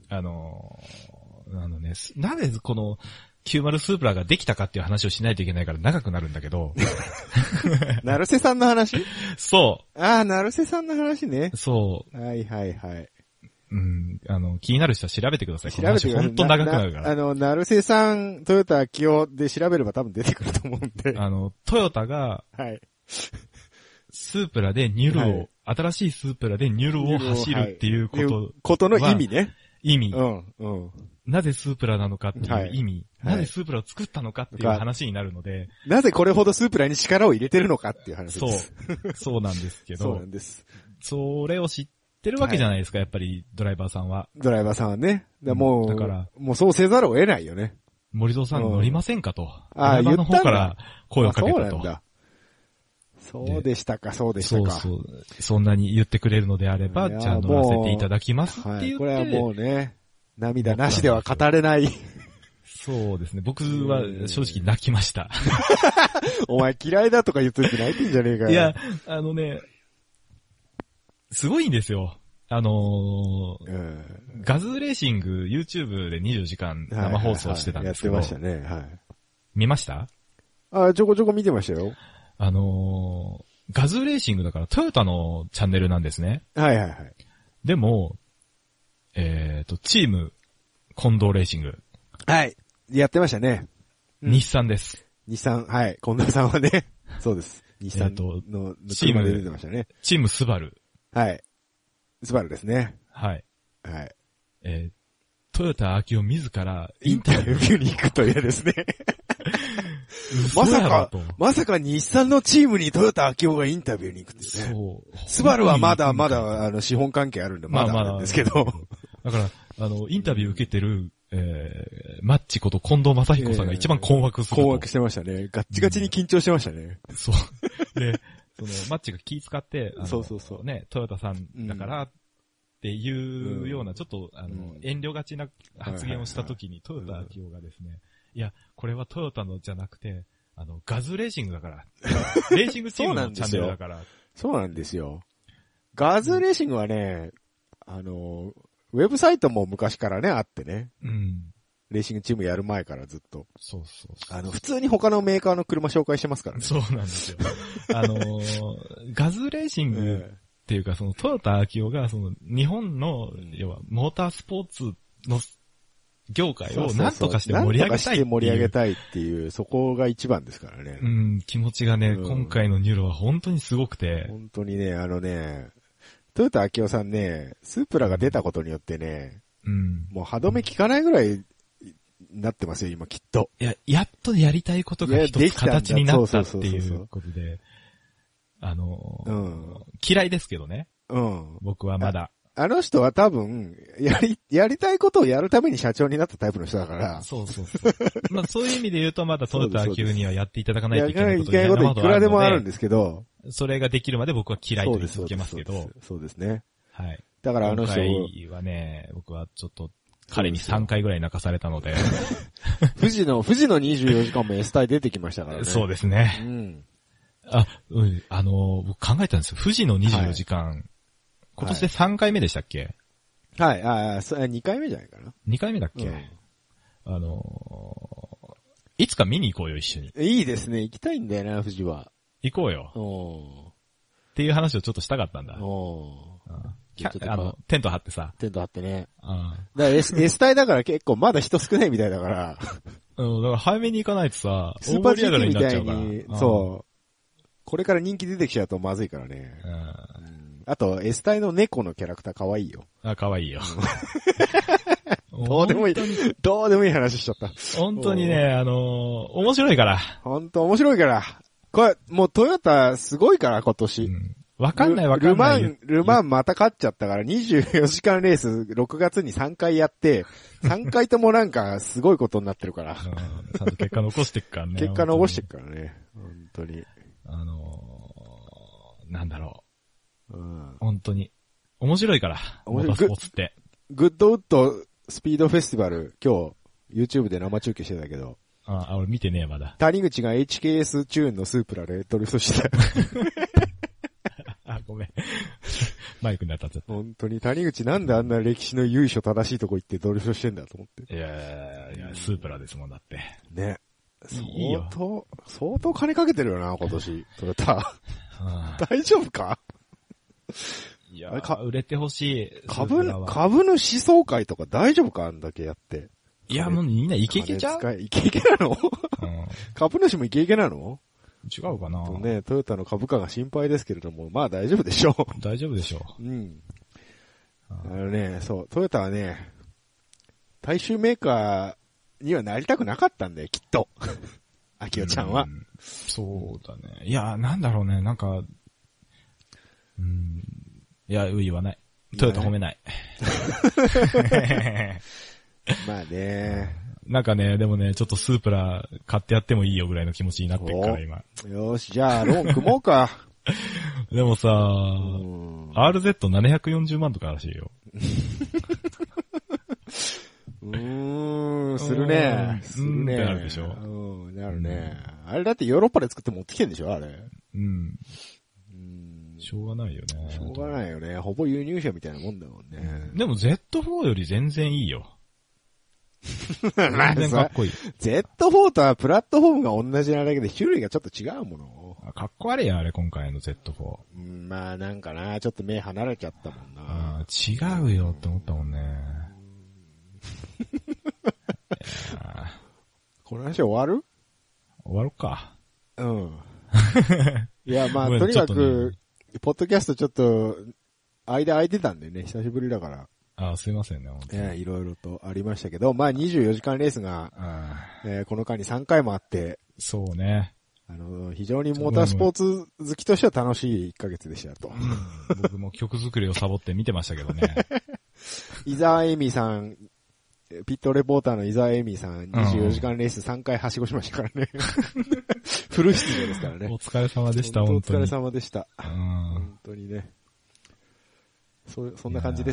なぜこの90スープラができたかっていう話をしないといけないから長くなるんだけど。 成瀬さんの話？ そう。 ああ、成瀬さんの話ね。 そう。 はいはいはい。 うん、気になる人は調べてください。調べてください。ほんと長くなるから。 成瀬さん、トヨタ秋夫で調べれば多分出てくると思うんで。 トヨタが、 はい。 スープラでニュルを、はい、新しいスープラでニュルを走るっていうことの意味ね。 意味。 うん、うん。 なぜスープラなのかっていう意味。はい、なぜスープラを作ったのかっていう話になるので。 なぜこれほどスープラに力を入れてるのかっていう話です。 そうなんですけど。 そうなんです。 それを知ってるわけじゃないですか、やっぱりドライバーさんは。 ドライバーさんはね。もうそうせざるを得ないよね。 森蔵さん乗りませんかと。ドライバーの方から声をかけたと。そうなんだ。 そうでしたか、そうでしたか。 そう。そんなに言ってくれるのであれば、じゃあ乗らせていただきますって言って。 これはもうね、涙なしでは語れない。 そうですね。僕は正直泣きました。 お前嫌いだとか言っといて泣いてんじゃねえかよ。 いや、すごいんですよ。ガズーレーシング YouTube で24時間生放送してたんですけど。 やってましたね。はい。 見ました？ ちょこちょこ見てましたよ。 ガズーレーシングだからトヨタのチャンネルなんですね。 はいはいはい。 でも、チーム、近藤レーシング。 はい。やってましたね。 日産です。 日産、はい。近藤さんはね。そうです。日産のチームで出てましたね。 チームスバル。 はい。スバルですね。 はい。 はい。 トヨタ秋夫自らインタビューに行くというですね。まさか日産のチームにトヨタ秋夫がインタビューに行くってね。そう。スバルはまだ資本関係あるんで、まだあるんですけど。 だから、インタビュー受けてる、マッチこと近藤正彦さんが一番困惑する。 困惑してましたね。ガッチガチに緊張してましたね。 そう。で、マッチが気遣って、 そうね、トヨタさんだから、っていうような、ちょっと、遠慮がちな発言をしたときに、トヨタ秋夫がですね、いや、これはトヨタのじゃなくて、ガズレーシングだから。レーシングチームのチャンネルだから。 そうなんですよ。ガズレーシングはね、ウェブサイトも昔からね、あってね。 うん。 レーシングチームやる前からずっと。 そう。 普通に他のメーカーの車紹介してますからね。 そうなんですよ。ガズレーシングっていうか、トヨタ秋夫が、日本の、要は、モータースポーツの業界を何とかして盛り上げたいっていう。何とかして盛り上げたいっていう、そこが一番ですからね。 うん、気持ちがね、今回のニュロは本当にすごくて。 本当にね、トヨタ秋夫さんね、スープラが出たことによってね、もう歯止め効かないぐらいなってますよ、今きっと。 いや、やっとやりたいことが一つ形になったっていうことで、嫌いですけどね。僕はまだ。 あの人は多分、やりたいことをやるために社長になったタイプの人だから。 そう。まあそういう意味で言うとまだトヨタ秋夫にはやっていただかないといけないこといくらでもあるんですけど。 それができるまで僕は嫌いと言い続けますけど。 そうですね。 はい。 だから今回はね、僕はちょっと彼に3回ぐらい泣かされたので。 富士の24時間も S 隊出てきましたからね。 そうですね。僕考えたんですよ。富士の24時間、今年で3回目でしたっけ？ はい、2回目じゃないかな。 2回目だっけ？いつか見に行こうよ、一緒に。 いいですね、行きたいんだよな、富士は。 行こうよ。っていう話をちょっとしたかったんだ。テント張ってさ。 テント張ってね。だから S 隊だから結構まだ人少ないみたいだから。 だから早めに行かないとさ、 スーパージェットみたいに、そう。これから人気出てきちゃうとまずいからね。あと、S 隊の猫のキャラクター可愛いよ。 可愛いよ。 どうでもいい話しちゃった。 本当にね、面白いから。 本当面白いから。 これ、もうトヨタすごいから今年。 わかんない。 ルマンまた勝っちゃったから24時間レース6月に3回やって、3回ともなんかすごいことになってるから。 ちゃんと結果残してっからね。 結果残してっからね。本当に。 なんだろう。本当に。面白いから。モータースポーツって。 グッドウッドスピードフェスティバル、今日 YouTube で生中継してたけど。 俺見てねえまだ。 谷口が HKS チューンのスープラでドリフトしてた。 ごめん。マイクに当たっちゃった。 本当に谷口なんであんな歴史の由緒正しいとこ行ってドリフトしてんだと思って。 いや、スープラですもんだって。 ね。相当金かけてるよな、今年。トヨタ。大丈夫か？ いや、売れてほしい。 株主総会とか大丈夫か？あんだけやって。 いや、もうみんなイケイケじゃん？ イケイケなの？株主もイケイケなの？ 違うかなね、トヨタの株価が心配ですけれども、まあ大丈夫でしょう。 大丈夫でしょう。そう、トヨタはね、大衆メーカーにはなりたくなかったんだよ、きっと。アキオちゃんは。 そうだね。いや、なんだろうね、なんか、いや、言わない。トヨタ褒めない。 まあね。 なんかね、でもね、ちょっとスープラ買ってやってもいいよぐらいの気持ちになってるから今。 よし、じゃあローン組もうか。 でもさ、RZ740 万とからしいよ。 するね。するね。 なるでしょ。 なるね。あれだってヨーロッパで作って持ってきてんでしょあれ。 しょうがないよね。 しょうがないよね。ほぼ輸入車みたいなもんだもんね。 でも Z4 より全然いいよ。全然かっこいい。 Z4 とはプラットフォームが同じなだけで種類がちょっと違うもの。 かっこ悪いや、あれ今回の Z4。 まあなんかな、ちょっと目離れちゃったもんな。 違うよって思ったもんね。 この話終わる？ 終わろうか。 いや、まあとにかく、ポッドキャストちょっと、間空いてたんでね、久しぶりだから。 すいませんね、本当に。 いろいろとありましたけど、まあ24時間レースが、この間に3回もあって、 そうね。 非常にモータースポーツ好きとしては楽しい1ヶ月でしたと。 僕も曲作りをサボって見てましたけどね。 伊沢エミさん、ピットレポーターの伊沢エミさん、24時間レース3回はしごしましたからね。フル出場ですからね。 お疲れ様でした、本当に。 お疲れ様でした。本当にね。そんな感じです。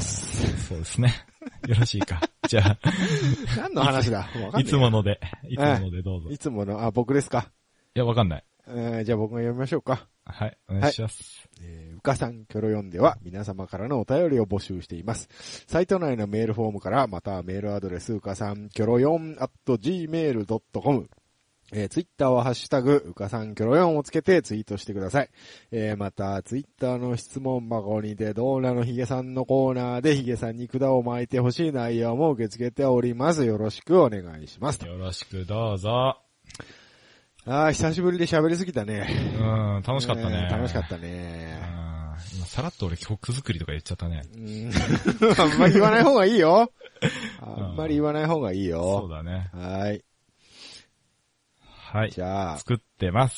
そうですね。よろしいか。じゃあ。 何の話だ？ いつものでどうぞ。 いつもの、僕ですか？ いや、わかんない。 じゃあ僕が読みましょうか。 はい、お願いします。 うかさんキョロ4では皆様からのお便りを募集しています。サイト内のメールフォームから、またはメールアドレスうかさんキョロ4 @gmail.com。ツイッターはハッシュタグ、うかさんキョロ4をつけてツイートしてください。また、ツイッターの質問箱にて、ドーナのヒゲさんのコーナーでヒゲさんに管を巻いてほしい内容も受け付けております。よろしくお願いします。 よろしくどうぞ。 久しぶりで喋りすぎたね。 楽しかったね。 楽しかったね。 今さらっと俺曲作りとか言っちゃったね。 あんまり言わない方がいいよ。あんまり言わない方がいいよ。 そうだね。 はい。 じゃあ。作ってます。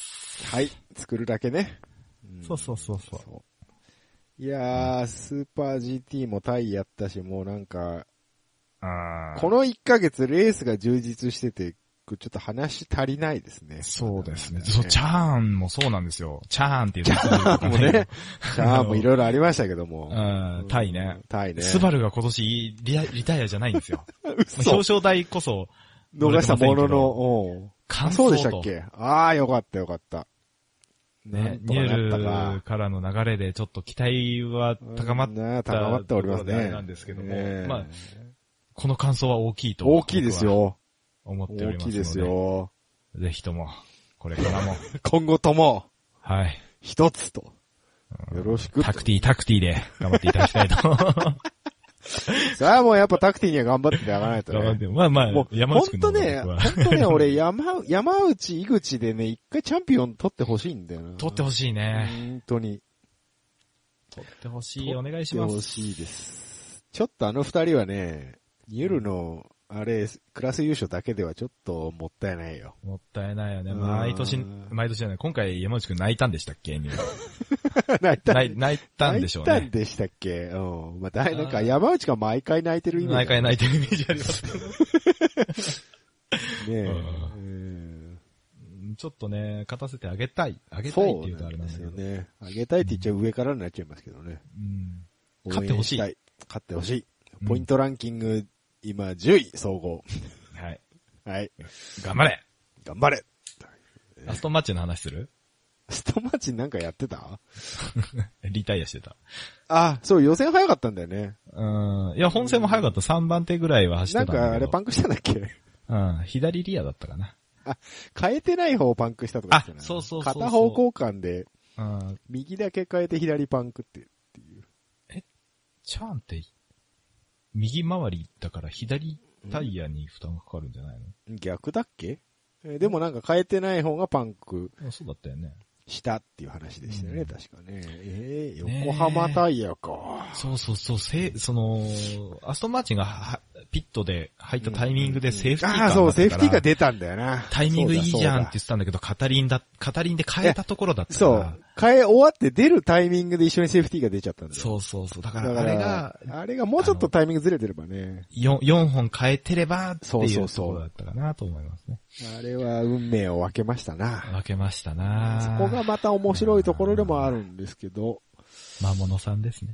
はい。作るだけね。 そう。 いやー、スーパー GT もタイやったし、もうなんか、この1ヶ月レースが充実してて、ちょっと話足りないですね。 そうですね。そう、チャーンもそうなんですよ。チャーンって言うとチャーンもね。チャーンもいろいろありましたけども。 タイね。 タイね。 スバルが今年リタイアじゃないんですよ。表彰台こそ逃したものの、そうでしたっけ？よかった。 ね、ニュールからの流れでちょっと期待は高まっておりますね。 なんですけども、まあ、この感想は大きいと。 大きいですよ。 思っておりますので。 大きいですよ。 ぜひとも、これからも。 今後とも。 はい。 一つと。よろしく。 タクティで頑張っていただきたいと。 さあもうやっぱタクティには頑張っていただかないとね。 頑張って。まあ、山内くんの。 ほんとね、俺山内、井口でね、一回チャンピオン取ってほしいんだよな。 取ってほしいね。 本当に。 取ってほしい。お願いします。 取ってほしいです。ちょっと二人はね、ニュルのあれ、クラス優勝だけではちょっともったいないよ。 もったいないよね。毎年じゃない。今回山内くん泣いたんでしたっけ泣いたんでしょうね。 泣いたんでしたっけうん。まあ、なんか山内が毎回泣いてるイメージ。 毎回泣いてるイメージありますけど。ねえ。ちょっとね、勝たせてあげたい。あげたいっていうとあれなんですよね。 あげたいって言っちゃ上からになっちゃいますけどね。 勝ってほしい。 勝ってほしい。ポイントランキング、今10位、総合。 はい。 はい。 頑張れ頑張れアストンマッチの話する？ アストンマッチなんかやってたリタイアしてた。 あ、そう、予選早かったんだよね。 いや、本戦も早かった。3番手ぐらいは走ってたんだけど。 なんかあれパンクしたんだっけ左リアだったかな。 変えてない方をパンクしたとか言ってたな。 そう。 片方交換で、右だけ変えて左パンクっていう。 チャーンって右回りだから左タイヤに負担がかかるんじゃないの？ 逆だっけ？でもなんか変えてない方がパンク。 そうだったよね。 したっていう話でしたよね、確かね。横浜タイヤか。 そう。アストンマーチンがピットで入ったタイミングでセーフティーカーだったから。 そう、セーフティーカー出たんだよな。 タイミングいいじゃんって言ってたんだけど、カタリンで変えたところだったから。 そう。変え終わって出るタイミングで一緒にセーフティーが出ちゃったんだよ。 そう。だからあれがもうちょっとタイミングずれてればね。 4本変えてればっていうところだったかなと思いますね。 あれは運命を分けましたな。 分けましたな。 そこがまた面白いところでもあるんですけど。 魔物さんですね。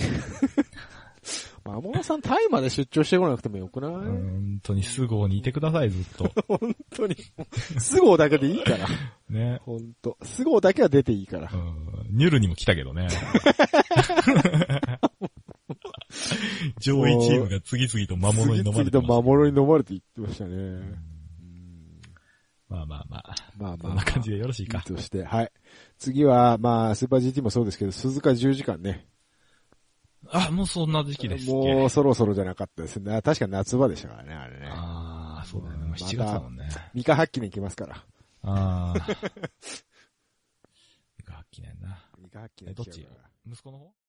魔物さんタイまで出張してこなくてもよくない？ 本当にスゴーにいてください、ずっと。 本当に。スゴーだけでいいから。 ね。 本当。スゴーだけは出ていいから。 ニュルにも来たけどね。上位チームが次々と魔物に飲まれてました。次々と魔物に飲まれていってましたね。 まあ。こんな感じでよろしいか。 として、はい。次は、まあ、スーパー GT もそうですけど、鈴鹿10時間ね。 もうそんな時期ですっけ？ もうそろそろじゃなかったですね。確か夏場でしたからね、あれね。 そうだよね。もう7月だもんね。 三河八記念来ますから。 三河八記念な。 三河八記念。 どっち？息子の方？